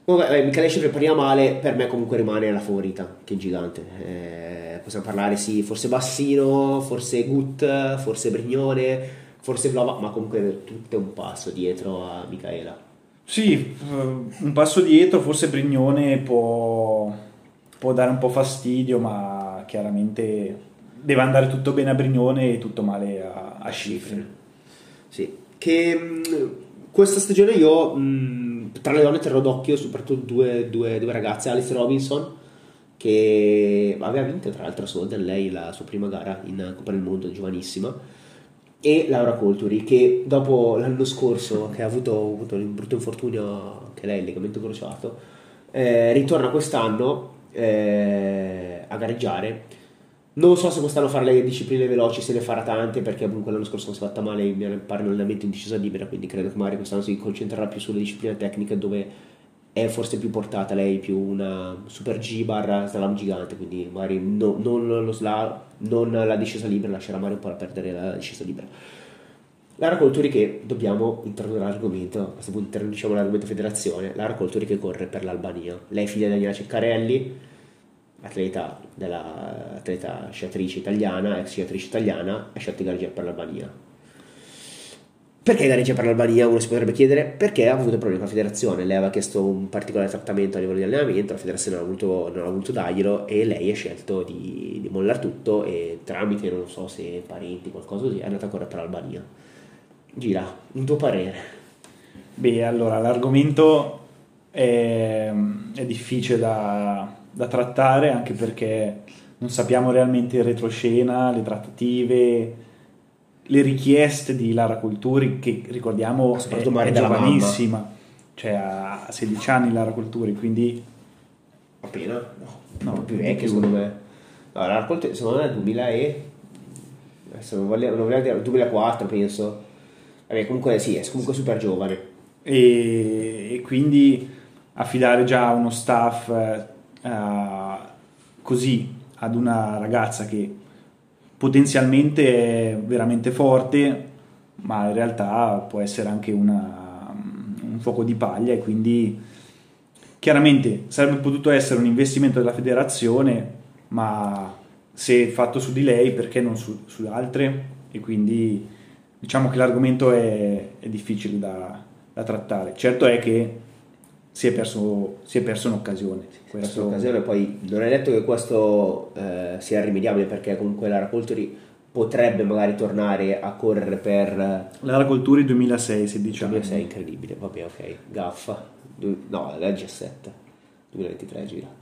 Oh, beh, Michele Scieffre partiva male, per me comunque rimane la favorita, che è gigante. Eh, possiamo parlare, sì, forse Bassino, forse Gut, forse Brignone, forse Vlova, ma comunque tutto un passo dietro a Michaela. Sì, eh, un passo dietro, forse Brignone può, può dare un po' fastidio, ma chiaramente deve andare tutto bene a Brignone e tutto male a, a Scieffre. Sì, che mh, questa stagione io mh, tra le donne terrò d'occhio soprattutto due, due, due ragazze, Alice Robinson, che aveva vinto tra l'altro a Solden, lei la sua prima gara in Coppa del Mondo, giovanissima, e Laura Colturi, che dopo l'anno scorso che ha avuto, avuto un brutto infortunio, che lei è il legamento crociato, eh, ritorna quest'anno eh, a gareggiare. Non so se quest'anno fare le discipline veloci, se ne farà tante, perché comunque l'anno scorso non si è fatta male, mi pare un allenamento in discesa libera, quindi credo che magari quest'anno si concentrerà più sulle discipline tecniche, dove è forse più portata lei, più una super G barra slalom gigante, quindi magari no- non lo slalom, non la discesa libera, lascerà magari un po' a perdere la discesa libera. Lara Colturi, che dobbiamo introdurre l'argomento, a questo punto introduciamo l'argomento federazione. Lara Colturi che corre per l'Albania, lei è figlia di Daniela Ceccarelli, atleta della atleta sciatrice italiana, ex sciatrice italiana, ha scelto di gareggiare per l'Albania. Perché gareggia per l'Albania? Uno si potrebbe chiedere. Perché ha avuto problemi con la federazione. Lei aveva chiesto un particolare trattamento a livello di allenamento, la federazione non ha voluto, non ha voluto darglielo, e lei ha scelto di, di mollare tutto e tramite, non so se parenti, qualcosa così, è andata a correre per l'Albania. Gira, un tuo parere? Beh, allora, l'argomento è, è difficile da, da trattare, anche perché non sappiamo realmente il retroscena, le trattative, le richieste di Lara Colturi, che ricordiamo è, è giovanissima, mamma. Cioè ha sedici anni Lara Colturi, quindi appena? No, no, più vecchio secondo me. No, Lara Colturi secondo me è duemila e adesso non voglio, non voglio dire, duemilaquattro penso. Vabbè, comunque sì, è comunque super giovane. E, e quindi affidare già uno staff uh, così ad una ragazza che potenzialmente è veramente forte, ma in realtà può essere anche una, un fuoco di paglia, e quindi chiaramente sarebbe potuto essere un investimento della federazione, ma se fatto su di lei, perché non su, su altre? E quindi diciamo che l'argomento è, è difficile da, da trattare. Certo è che si è perso, si è perso un'occasione. Questo... un'occasione, poi non è detto che questo eh, sia irrimediabile, perché comunque Lara Colturi potrebbe magari tornare a correre per... Lara Colturi duemilasei, sedici anni. duemilasei, incredibile, vabbè, ok, gaffa. Du... no, è il diciassette, duemilaventitré gira.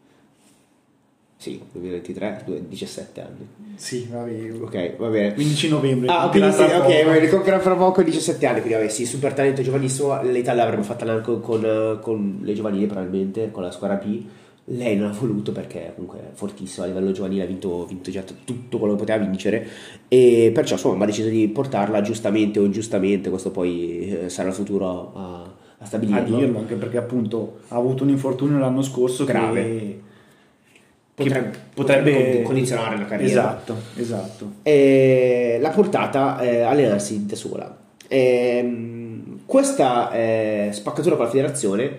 Sì, duemilaventitré, diciassette anni. Sì, va bene. Ok, va bene. quindici novembre. Ah, quindi sì, ok, va bene, compierà fra poco diciassette anni, quindi vabbè, sì, super talento, giovanissimo. L'Italia l'avrebbe fatta anche con, con le giovanili, probabilmente, con la squadra B. Lei non ha voluto perché comunque è fortissima a livello giovanile, ha vinto, vinto già tutto quello che poteva vincere, e perciò insomma ha deciso di portarla, giustamente o ingiustamente, questo poi eh, sarà il futuro a, a stabilirlo. A dirlo, anche perché appunto ha avuto un infortunio l'anno scorso grave. Che... Potrebbe, potrebbe, potrebbe condizionare la carriera. Esatto, esatto. E l'ha portata eh, a allenarsi da sola. E, questa eh, spaccatura con la federazione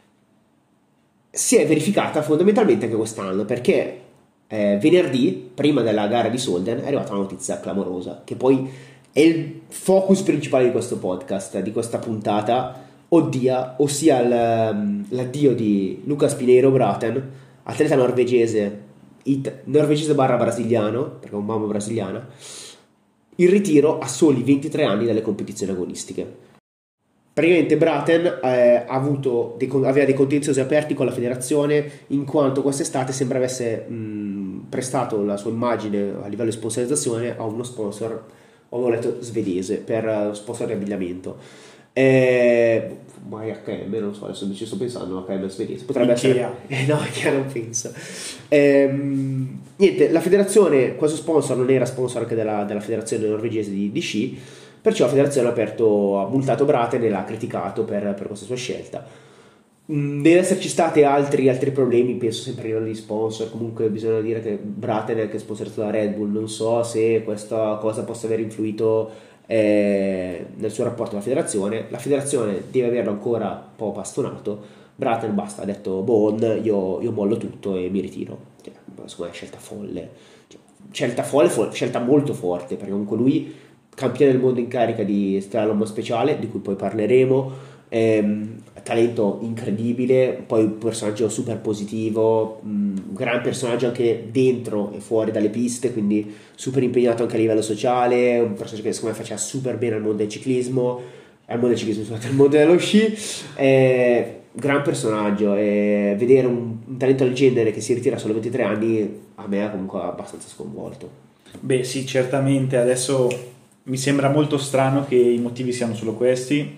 si è verificata fondamentalmente anche quest'anno, perché eh, venerdì, prima della gara di Solden, è arrivata una notizia clamorosa, che poi è il focus principale di questo podcast, di questa puntata, oddia, ossia l'addio di Lucas Pinheiro Braten, atleta norvegese, it, norvegese barra brasiliano, perché è un mamma brasiliana, in ritiro a soli ventitré anni dalle competizioni agonistiche. Praticamente Braten eh, ha avuto dei, aveva dei contenziosi aperti con la federazione, in quanto quest'estate sembra avesse mh, prestato la sua immagine a livello di sponsorizzazione a uno sponsor, ho letto, svedese, per sponsor di abbigliamento. Eh, ma H e M, non so, adesso mi ci sto pensando, H e M svedese potrebbe Ikea. essere, eh, no, Ikea non penso. Ehm, niente, la federazione, questo sponsor non era sponsor anche della, della federazione norvegese di, di sci, perciò la federazione ha aperto, ha multato Braten e l'ha criticato per, per questa sua scelta. Mm, deve esserci stati altri, altri problemi, penso sempre a livello di sponsor. Comunque bisogna dire che Braten è anche sponsorizzato da Red Bull, non so se questa cosa possa aver influito Eh, nel suo rapporto con la federazione. La federazione deve averlo ancora un po' bastonato, Braten basta, ha detto Bon, io, io mollo tutto e mi ritiro. Cioè, secondo me è scelta folle, cioè, scelta folle, fo- scelta molto forte, perché comunque lui, campione del mondo in carica di slalom speciale, di cui poi parleremo, ehm, talento incredibile, poi un personaggio super positivo, mh, gran personaggio anche dentro e fuori dalle piste, quindi super impegnato anche a livello sociale, un personaggio che secondo me faceva super bene al mondo del ciclismo, al mondo del ciclismo, scusate, al mondo dello sci, eh, gran personaggio, e vedere un, un talento del genere che si ritira a solo ventitré anni a me ha comunque abbastanza sconvolto. Beh sì, certamente, adesso mi sembra molto strano che i motivi siano solo questi.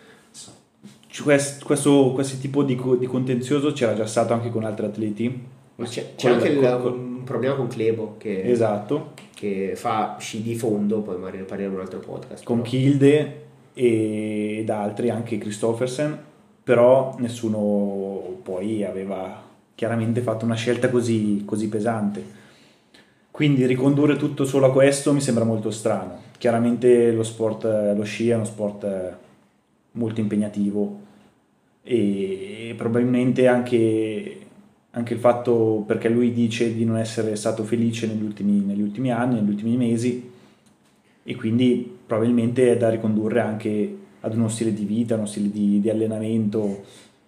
Questo, questo, questo tipo di, di contenzioso c'era già stato anche con altri atleti. Ma c'è, c'è anche il, un problema con Clebo che, esatto, che fa sci di fondo, poi magari ne parleremo in un altro podcast. Con però. Kilde ed altri, anche Christoffersen, però nessuno poi aveva chiaramente fatto una scelta così, così pesante. Quindi ricondurre tutto solo a questo mi sembra molto strano. Chiaramente lo sport, lo sci è uno sport molto impegnativo e probabilmente anche, anche il fatto, perché lui dice di non essere stato felice negli ultimi, negli ultimi anni, negli ultimi mesi, e quindi probabilmente è da ricondurre anche ad uno stile di vita, uno stile di, di allenamento,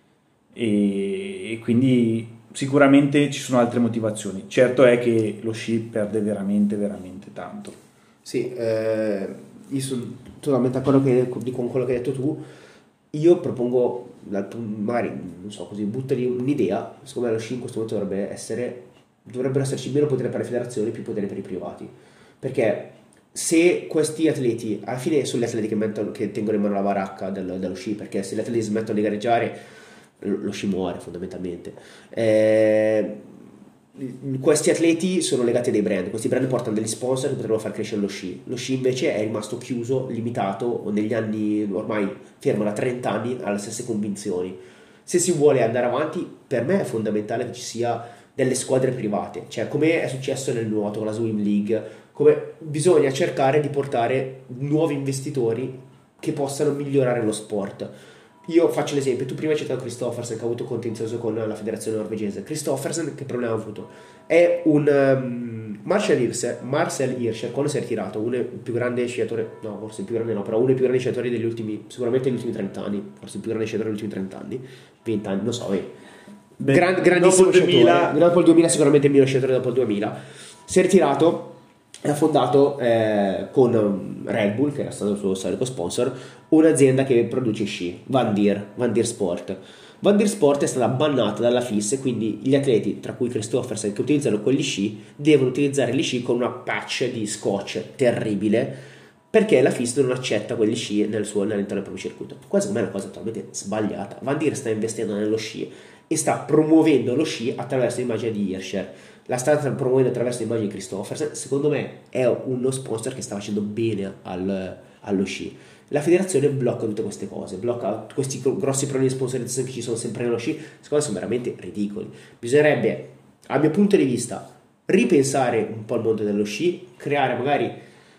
e, e quindi sicuramente ci sono altre motivazioni. Certo è che lo sci perde veramente veramente tanto. Sì, eh, io sono totalmente d'accordo che, con quello che hai detto tu. Io propongo, magari, non so, così, buttali un'idea. Secondo me lo sci in questo momento dovrebbe essere, dovrebbero esserci meno potere per le federazioni, più potere per i privati, perché se questi atleti, alla fine sono gli atleti che, mettono, che tengono in mano la baracca del, dello sci, perché se gli atleti smettono di gareggiare lo sci muore fondamentalmente. eh, questi atleti sono legati a dei brand, questi brand portano degli sponsor che potrebbero far crescere lo sci. Lo sci invece è rimasto chiuso, limitato, o negli anni ormai fermo da trenta anni alle stesse convinzioni. Se si vuole andare avanti, per me è fondamentale che ci sia delle squadre private, cioè come è successo nel nuoto con la Swim League, come bisogna cercare di portare nuovi investitori che possano migliorare lo sport. Io faccio l'esempio, tu prima hai citato Christoffersen che ha avuto contenzioso con la federazione norvegese. Christoffersen che problema ha avuto? È un um, Marcel Hirscher, Marcel Hirscher quando si è ritirato, uno il più grande sciatore, no forse il più grande no, però uno dei più grandi sciatori degli ultimi, sicuramente degli ultimi trenta anni, forse il più grande sciatore degli ultimi trenta anni, venti anni, non so, eh. Gran, grandissimo dopo il duemila... sciatore, dopo il duemila sicuramente il mio sciatore dopo il duemila, si è ritirato e ha fondato eh, con Red Bull, che era stato il suo storico sponsor, un'azienda che produce sci, Van Deer, Van Deer Sport. Van Deer Sport è stata bannata dalla F I S, quindi gli atleti, tra cui Christoffersen, che utilizzano quegli sci, devono utilizzare gli sci con una patch di scotch terribile, perché la F I S non accetta quegli sci nel suo, all'interno del proprio circuito. Questa secondo me è una cosa totalmente sbagliata. Van Deer sta investendo nello sci e sta promuovendo lo sci attraverso l'immagine di Hirscher. La sta promuovendo attraverso l'immagine di Christoffersen. Secondo me è uno sponsor che sta facendo bene al, allo sci. La federazione blocca tutte queste cose, blocca questi grossi problemi di sponsorizzazione che ci sono sempre nello sci. Secondo me sono veramente ridicoli. Bisognerebbe, al mio punto di vista, ripensare un po' il mondo dello sci, creare magari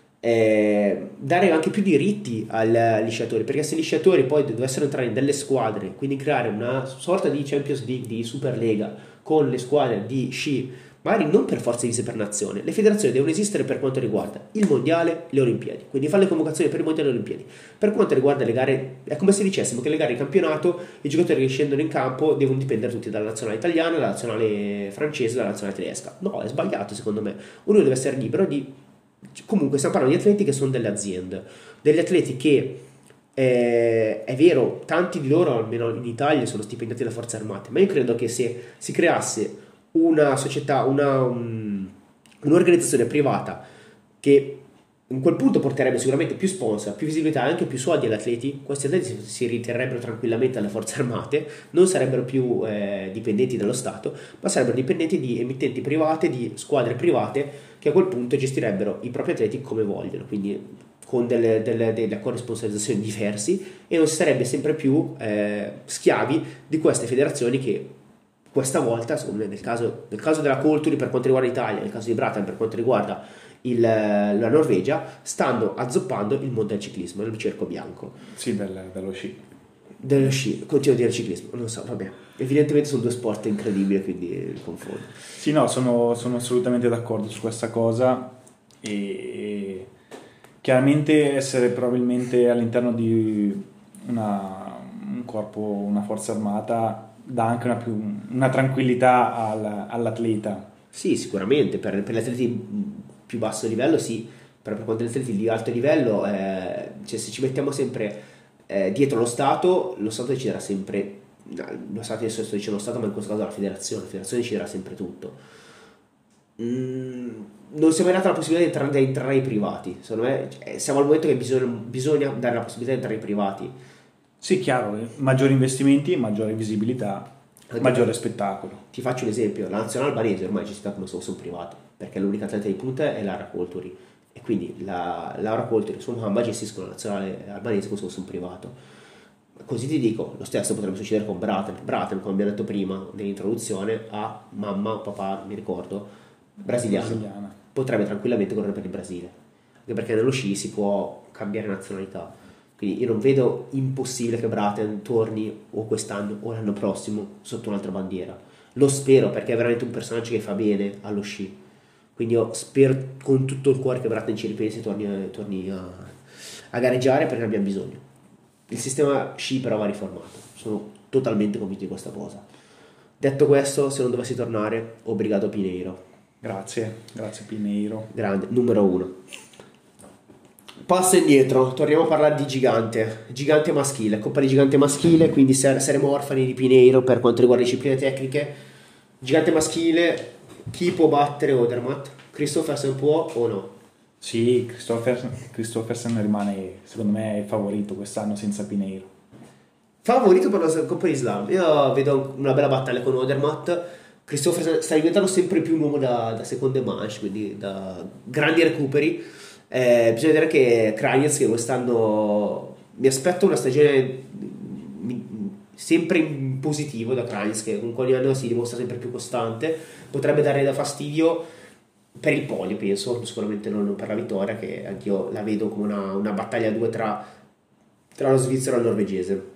eh, dare anche più diritti agli sciatori, perché se gli sciatori poi dovessero entrare in delle squadre, quindi creare una sorta di Champions League, di Superlega con le squadre di sci, magari non per forza divise per nazione, le federazioni devono esistere per quanto riguarda il mondiale, le Olimpiadi, quindi fare le convocazioni per il mondiale e le Olimpiadi. Per quanto riguarda le gare, è come se dicessimo che le gare di campionato, i giocatori che scendono in campo devono dipendere tutti dalla nazionale italiana, dalla nazionale francese, dalla nazionale tedesca. No, è sbagliato secondo me. Uno deve essere libero di... Comunque stiamo parlando di atleti che sono delle aziende, degli atleti che eh, è vero, tanti di loro almeno in Italia sono stipendiati dalle forze armate, ma io credo che se si creasse una società, una, um, un'organizzazione privata che in quel punto porterebbe sicuramente più sponsor, più visibilità e anche più soldi agli atleti, questi atleti si, si riterrebbero tranquillamente alle forze armate, non sarebbero più eh, dipendenti dallo Stato, ma sarebbero dipendenti di emittenti private, di squadre private che a quel punto gestirebbero i propri atleti come vogliono, quindi con delle, delle, degli accordi di sponsorizzazione diversi, e non si sarebbe sempre più eh, schiavi di queste federazioni che questa volta, secondo me, nel caso, nel caso della Colturi per quanto riguarda l'Italia, nel caso di Braten per quanto riguarda il, la Norvegia, stanno azzoppando il mondo del ciclismo, il cerco bianco. Sì, del, dello sci. dello sci, continuo a dire ciclismo, non so, vabbè. Evidentemente sono due sport incredibili, quindi li confondo. Sì, no, sono, sono assolutamente d'accordo su questa cosa e chiaramente essere probabilmente all'interno di una, un corpo, una forza armata dà anche una, più, una tranquillità al, all'atleta. Sì, sicuramente, per, per gli atleti più basso livello sì, però per quanto gli atleti di alto livello, eh, cioè se ci mettiamo sempre eh, dietro lo Stato, lo Stato deciderà sempre, no, lo Stato adesso sto dicendo lo Stato, ma in questo caso la federazione, la federazione deciderà sempre tutto. Mm, non si è mai data la possibilità di entrare, di entrare ai privati, secondo me cioè, siamo al momento che bisogna, bisogna dare la possibilità di entrare ai privati. Sì, chiaro, eh, maggiori investimenti, maggiore visibilità, Anche maggiore per- spettacolo. Ti faccio un esempio, la nazionale albanese ormai è gestita come se fosse un privato, perché l'unica atleta di punta è Lara Colturi e quindi la Laura Colturi e il suo Muhammad gestiscono la nazionale albanese come se fosse un privato. Così ti dico, lo stesso potrebbe succedere con Braten. Braten, come abbiamo detto prima nell'introduzione, ha mamma o papà, non mi ricordo, brasiliano. Brasiliana. Potrebbe tranquillamente correre per il Brasile, anche perché nello sci si può cambiare nazionalità. Quindi io non vedo impossibile che Braten torni o quest'anno o l'anno prossimo sotto un'altra bandiera. Lo spero perché è veramente un personaggio che fa bene allo sci. Quindi io spero con tutto il cuore che Braten ci ripensi e torni, torni a, a gareggiare perché abbiamo bisogno. Il sistema sci però va riformato, sono totalmente convinto di questa cosa. Detto questo, se non dovessi tornare, obbligato Pineiro. Grazie, grazie Pineiro. Grande, numero uno. Passo indietro, torniamo a parlare di gigante, gigante maschile, coppa di gigante maschile, quindi sare- saremo orfani di Pineiro per quanto riguarda le discipline tecniche. Gigante maschile, chi può battere Odermatt? Christophersen può o no? Sì, Christopher, Christophersen rimane secondo me il favorito quest'anno senza Pineiro. Favorito per la coppa di slam, io vedo una bella battaglia con Odermatt. Christophersen sta diventando sempre più un uomo da, da seconde manche, quindi da grandi recuperi. Eh, bisogna dire che Kranjec, che quest'anno mi aspetto una stagione mi- sempre in positivo da Kranjec, che con ogni anno si dimostra sempre più costante, potrebbe dare da fastidio per il podio, penso, sicuramente non per la vittoria, che anch'io la vedo come una, una battaglia a due tra, tra lo svizzero e il norvegese.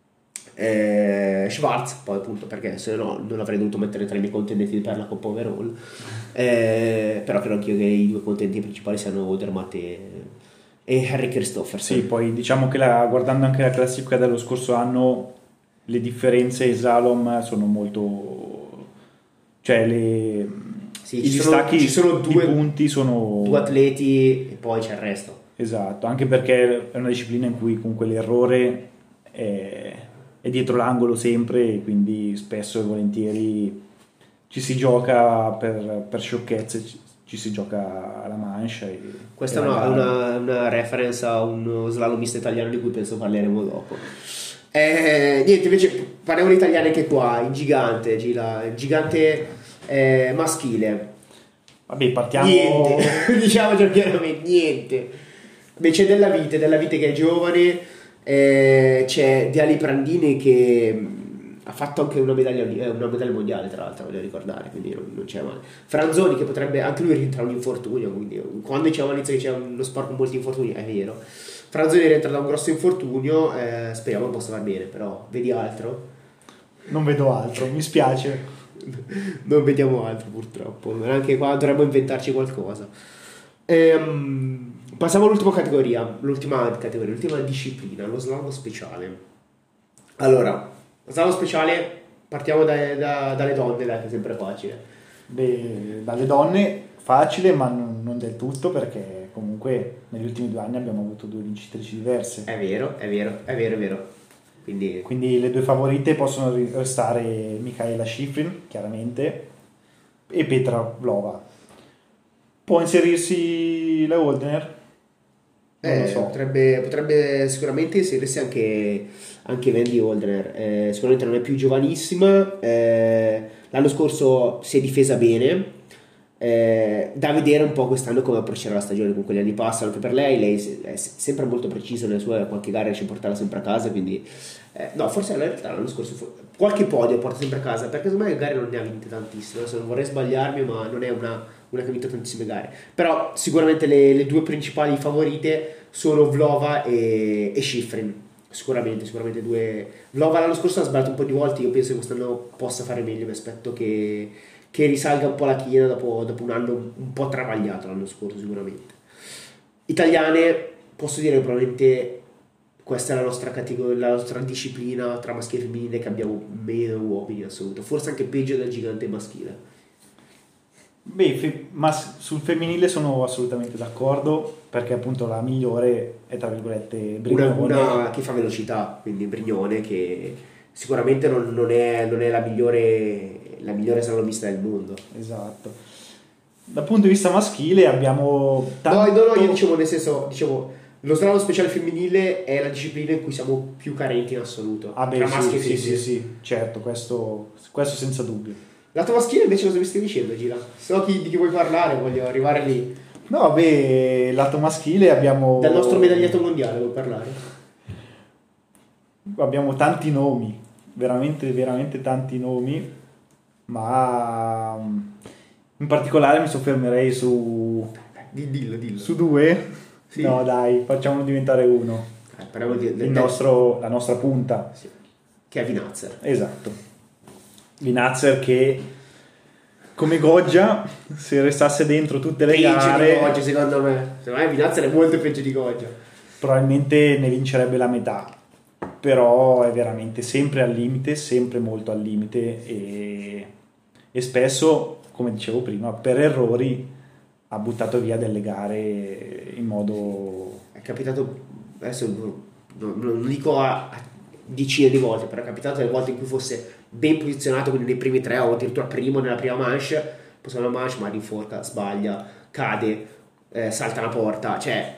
Eh, Schwarz poi appunto, perché se no non avrei dovuto mettere tra i miei contendenti per la Coppa Overall. Eh, però credo anch'io che i due contendenti principali siano Odermatt e, e Harry Christophersen. Sì, poi diciamo che la- guardando anche la classifica dello scorso anno, le differenze in slalom sono molto... cioè le, Sì, i ci sono- distacchi ci sono due- di punti sono... Due atleti e poi c'è il resto. Esatto, anche perché è una disciplina in cui comunque l'errore è, è dietro l'angolo sempre, e quindi spesso e volentieri ci si gioca per, per sciocchezze, ci, ci si gioca alla mancia. E, Questa e è una, alla- una, una reference a uno slalomista italiano di cui penso parleremo dopo. Eh, niente, invece parliamo di italiani anche qua, il gigante, Gila, il gigante eh, maschile. Vabbè, partiamo... Niente, diciamoci chiaramente, niente. Beh, c'è Della Vite, Della Vite che è giovane, eh, c'è Diali Prandini che mh, ha fatto anche una medaglia, eh, una medaglia mondiale, tra l'altro, voglio ricordare, quindi non, non c'è male. Franzoni che potrebbe, anche lui rientra da un infortunio, quindi quando dicevamo all'inizio che c'è uno sport con molti infortuni, è vero. Franzoni rientra da un grosso infortunio, eh, speriamo che possa andare bene, però vedi altro? Non vedo altro, mi spiace. Non vediamo altro purtroppo, anche qua dovremmo inventarci qualcosa. Ehm, passiamo all'ultima categoria, l'ultima categoria, l'ultima disciplina, lo slalom speciale. Allora, lo slalom speciale, partiamo da- da- dalle donne, dai, che è sempre facile. Beh, dalle donne facile, ma non, non del tutto, perché comunque negli ultimi due anni abbiamo avuto due vincitrici diverse. È vero, è vero, è vero, è vero. Quindi Quindi le due favorite possono ri- restare Michaela Schifrin, chiaramente, e Petra Vlova. Può inserirsi la Holdner? Non lo Eh, so. potrebbe, potrebbe sicuramente inserirsi anche, anche Wendy Holdner. Eh, sicuramente non è più giovanissima. eh, l'anno scorso si è difesa bene. eh, da vedere un po' quest'anno come approccerà la stagione. Comunque gli anni passano anche per lei. Lei se- è se- sempre molto precisa nelle sue qualche gara, riesce a portarla sempre a casa. Quindi, eh, no, forse in realtà l'anno scorso fu- qualche podio porta sempre a casa. Perché secondo me gare non ne ha vinte tantissime. Adesso non vorrei sbagliarmi, ma non è una, una che ha vinto tantissime gare. Però sicuramente le, le due principali favorite sono Vlova e, e Schifrin. Sicuramente, sicuramente due. Vlova l'anno scorso ha sbagliato un po' di volte, io penso che quest'anno possa fare meglio, mi aspetto che, che risalga un po' la china dopo, dopo un anno un po' travagliato l'anno scorso sicuramente. Italiane, posso dire che probabilmente questa è la nostra categoria, la nostra disciplina tra maschile e femminile che abbiamo meno uomini in assoluto, forse anche peggio del gigante maschile. Beh, fe- ma s- sul femminile sono assolutamente d'accordo, perché appunto la migliore è tra virgolette Una, Brignone. una che fa velocità, quindi Brignone, che sicuramente non, non è, non è la migliore la migliore slalomista del mondo. Esatto. Dal punto di vista maschile abbiamo tanto... No, no, no, io dicevo nel senso, dicevo, lo slalom speciale femminile è la disciplina in cui siamo più carenti in assoluto. Ah beh, tra sì, maschi e sì, femmine. sì, sì, certo, questo, questo senza dubbio. Lato maschile invece cosa mi stai dicendo, Gila? So chi, di chi vuoi parlare, voglio arrivare lì. No, vabbè, lato maschile abbiamo... Del nostro medagliato mondiale vuoi parlare? Abbiamo tanti nomi, veramente, veramente tanti nomi, ma in particolare mi soffermerei su, Dillo, dillo. su due. Sì. No, dai, facciamolo diventare uno. Eh, parliamo di, del- Il nostro, la nostra punta. sì. Che è Vinazzer. Esatto. Vinazzer che, come Goggia, se restasse dentro tutte le Peggio di gare, Goggia, secondo me. Secondo me Vinazzer è molto peggio di Goggia. probabilmente ne vincerebbe la metà. Però è veramente sempre al limite, sempre molto al limite e, e spesso, come dicevo prima, per errori ha buttato via delle gare in modo... È capitato, adesso non, non- non dico a, a decine di volte, però è capitato delle volte in cui fosse ben posizionato, quindi nei primi tre o addirittura primo nella prima manche, poi sulla manche ma rinforca, sbaglia, cade, eh, salta la porta, cioè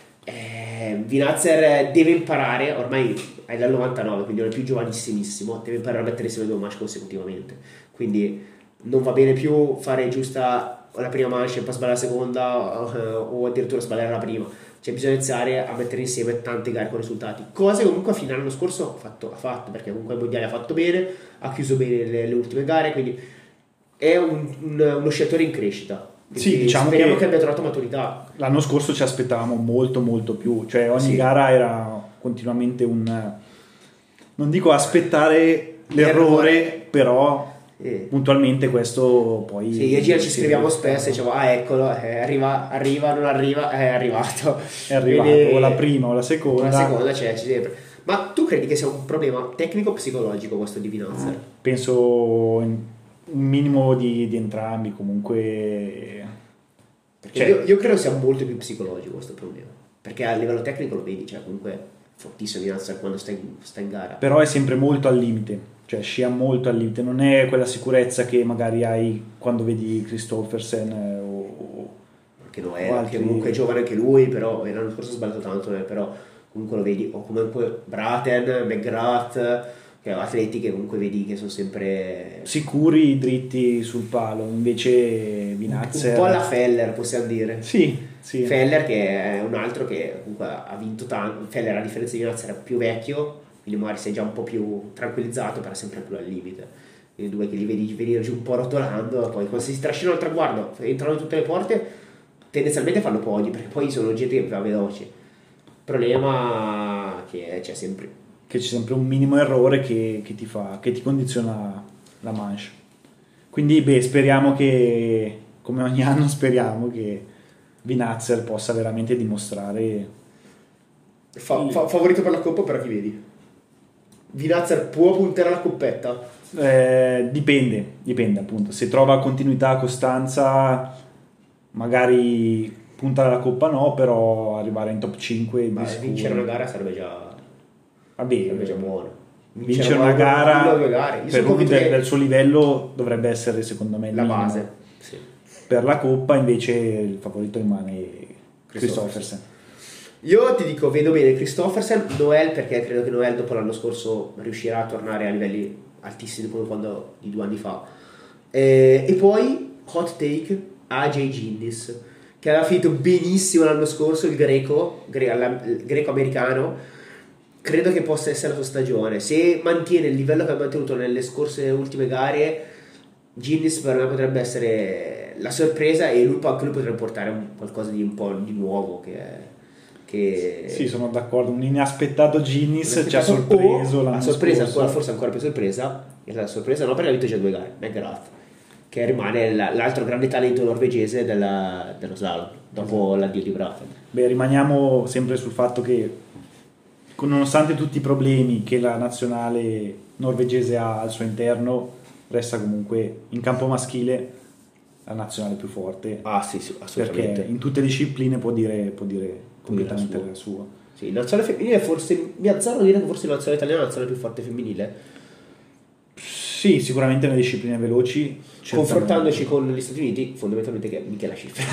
eh, Vinazzer deve imparare, ormai è dal novantanove, quindi non è più giovanissimissimo, deve imparare a mettere insieme due manche consecutivamente, quindi non va bene più fare giusta la prima manche e poi sbagliare la seconda eh, o addirittura sbagliare la prima, cioè bisogna iniziare a mettere insieme tante gare con risultati, cose che comunque a fine anno scorso ha fatto, ha fatto perché comunque il mondiale ha fatto bene, ha chiuso bene le, le ultime gare, quindi è un, un- uno sciatore in crescita. Sì, Quindi diciamo speriamo che- che abbia trovato maturità. L'anno scorso ci aspettavamo molto molto più, cioè ogni Sì. gara era continuamente un... non dico aspettare l'errore, però Eh. puntualmente questo poi... Sì, io e Gira ci si scriviamo verifica. spesso e diciamo ah eccolo, eh, arriva, arriva, non arriva, è arrivato. È arrivato, Quindi- o la prima o la seconda. La seconda c'è, c'è sempre. Ma tu credi che sia un problema tecnico o psicologico questo di Vinazzer? Penso in- un minimo di, di entrambi, comunque... Perché Cioè, io, io credo sia molto più psicologico questo problema. Perché a livello tecnico lo vedi, cioè comunque fortissimo Vinazzer quando sta in, sta in gara. però è sempre molto al limite, cioè scia molto al limite, non è quella sicurezza che magari hai quando vedi Christophersen eh, o... Che Noel, o altri- che comunque è giovane anche lui, però l'anno scorso ha sbagliato tanto, eh, però comunque lo vedi, o comunque Braten, McGrath, che atleti che comunque vedi che sono sempre sicuri, dritti sul palo, invece Vinazzer... un po' alla Feller, possiamo dire. Sì, sì. Feller che è un altro che comunque ha vinto tanto. Feller a differenza di Vinazzer era più vecchio, quindi magari sei già un po' più tranquillizzato, però è sempre più al limite. Quindi due che li vedi venire giù un po' rotolando, poi quando si trascinano al traguardo, entrano in tutte le porte, tendenzialmente fanno podi, perché poi sono gente che va veloce. Problema che c'è sempre. Che c'è sempre un minimo errore che, che ti fa, che ti condiziona la manche. Quindi beh, speriamo che, come ogni anno speriamo che Vinazzer possa veramente dimostrare... Fa- fa- favorito per la coppa, però chi vedi? Vinazzer può puntare alla coppetta? Eh, dipende, dipende appunto, se trova continuità, costanza, magari punta alla coppa no, però arrivare in top cinque Ma di sicuro. vincere una gara sarebbe già, Vabbè, sarebbe già buono. vincere una gara una o due gare. Io per sono uno convinto del, che del suo livello dovrebbe essere secondo me il la minimo. base. Sì. Per la coppa invece il favorito rimane Christophersen. Christophersen. Io ti dico, vedo bene Christophersen, Noel, perché credo che Noel dopo l'anno scorso riuscirà a tornare a livelli altissimi come quando di due anni fa. Eh, e poi hot take A J Ginnis, che aveva finito benissimo l'anno scorso il greco, gre- la- il greco-americano. Credo che possa essere la sua stagione. Se mantiene il livello che ha mantenuto nelle scorse ultime gare, Ginnis per me potrebbe essere la sorpresa, e lui, anche lui potrebbe portare un- qualcosa di un po' di nuovo che, che che Sì, sono d'accordo, un inaspettato Ginnis un ci ha aspettato- sorpreso o, l'anno la sorpresa scorso. ancora, forse ancora più sorpresa, e la sorpresa no perché ha vinto già due gare, McGrath, che rimane la- l'altro grande talento norvegese della- dello slalom dopo l'addio di Braten. Beh, rimaniamo sempre sul fatto che, con- nonostante tutti i problemi che la nazionale norvegese ha al suo interno, resta comunque in campo maschile la nazionale più forte, Ah sì, sì, assolutamente. perché in tutte le discipline può dire, può dire Può dire la completamente sua. la sua. Sì, la nazionale femminile forse, mi azzardo a dire che forse la nazionale italiana è la nazionale più forte femminile, Sì, sicuramente nelle discipline veloci, certamente. confrontandoci con gli Stati Uniti, fondamentalmente che mica la cifra.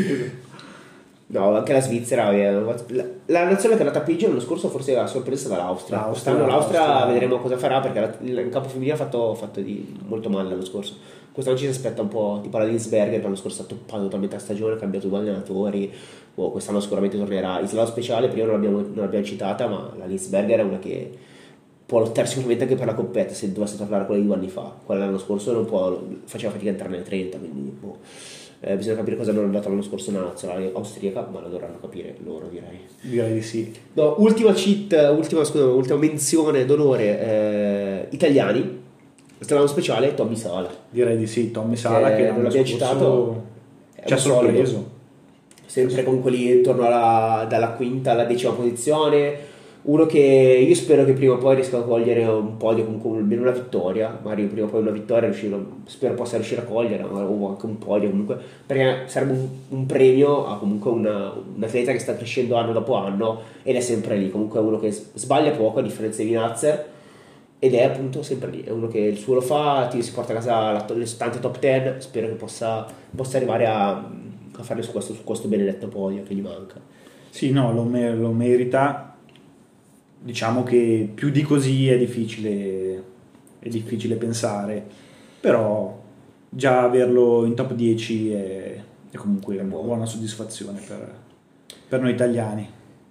No, anche la Svizzera, eh, la, la nazione che è andata peggio l'anno scorso forse era sorpresa dall'Austria. L'Austria, Quest'anno l'Austria l'Austria. vedremo cosa farà, perché la- il in campo femminile ha fatto, fatto di molto male l'anno scorso. Quest'anno ci si aspetta un po' tipo la Linsberger, che l'anno scorso ha toppato totalmente la stagione, ha cambiato due allenatori. Boh, quest'anno sicuramente tornerà. Islao Speciale prima non l'abbiamo, non l'abbiamo citata, ma la Linsberger è una che può lottare sicuramente anche per la coppetta se dovesse tornare quella di due anni fa. Quella l'anno scorso non può, faceva fatica a entrare nelle trenta, quindi boh. Eh, bisogna capire cosa hanno dato l'anno scorso nella nazionale austriaca, ma lo dovranno capire loro, direi. Direi di sì. No, ultima cheat, ultima, scusa, ultima menzione d'onore, eh, italiani. Strano speciale, Tommy Sala. Direi di sì, Tommy Sala che non l'anno l'abbiamo scorso citato, è ci ha un solido. sorpreso. Sempre comunque lì intorno alla, dalla quinta alla decima posizione. Uno che io spero che prima o poi riesca a cogliere un podio, comunque almeno una vittoria, magari prima o poi una vittoria riuscire- spero possa riuscire a cogliere, o anche un podio comunque, perché sarebbe un, un premio a comunque una, un atleta che sta crescendo anno dopo anno ed è sempre lì, comunque è uno che sbaglia poco a differenza di Vinazzer ed è appunto sempre lì, è uno che il suo lo fa, ti si porta a casa la, le tante top dieci, spero che possa, possa arrivare a, a farle su questo, su questo benedetto podio che gli manca. Sì, no, lo, me- lo merita. Diciamo che più di così è difficile, è difficile pensare, però già averlo in top dieci è, è comunque una buona soddisfazione per, per noi italiani.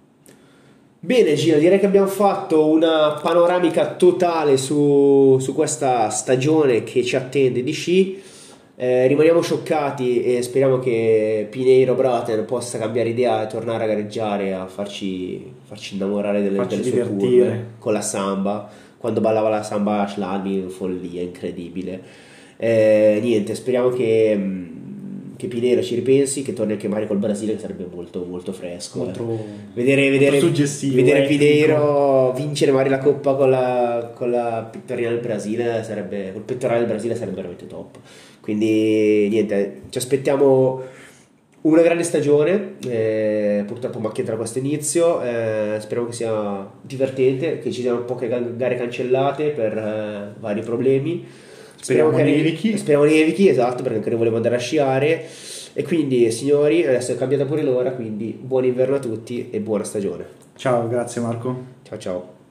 Bene Gino, direi che abbiamo fatto una panoramica totale su, su questa stagione che ci attende di sci. Eh, rimaniamo scioccati e speriamo che Pineiro Braten possa cambiare idea e tornare a gareggiare, a farci, farci innamorare delle, Farci delle sue divertire. curve con la samba. Quando ballava la samba a Schlani, follia incredibile. Eh, niente, speriamo che, mh, che Pineiro ci ripensi, che torni anche magari col Brasile, che sarebbe molto, molto fresco. Molto, eh. Vedere, vedere, molto suggestivo, vedere eh, Pineiro vincere magari la coppa con la, con la pettorina del Brasile sarebbe, col pettorale del Brasile sarebbe veramente top. Quindi niente, ci aspettiamo una grande stagione, eh, purtroppo macchia tra questo inizio, eh, speriamo che sia divertente, che ci siano poche gare cancellate per eh, vari problemi. Speriamo che nevichi. Speriamo nevichi, esatto, perché anche noi volevo andare a sciare. E quindi signori, adesso è cambiata pure l'ora, quindi buon inverno a tutti e buona stagione. Ciao, grazie Marco. Ciao ciao.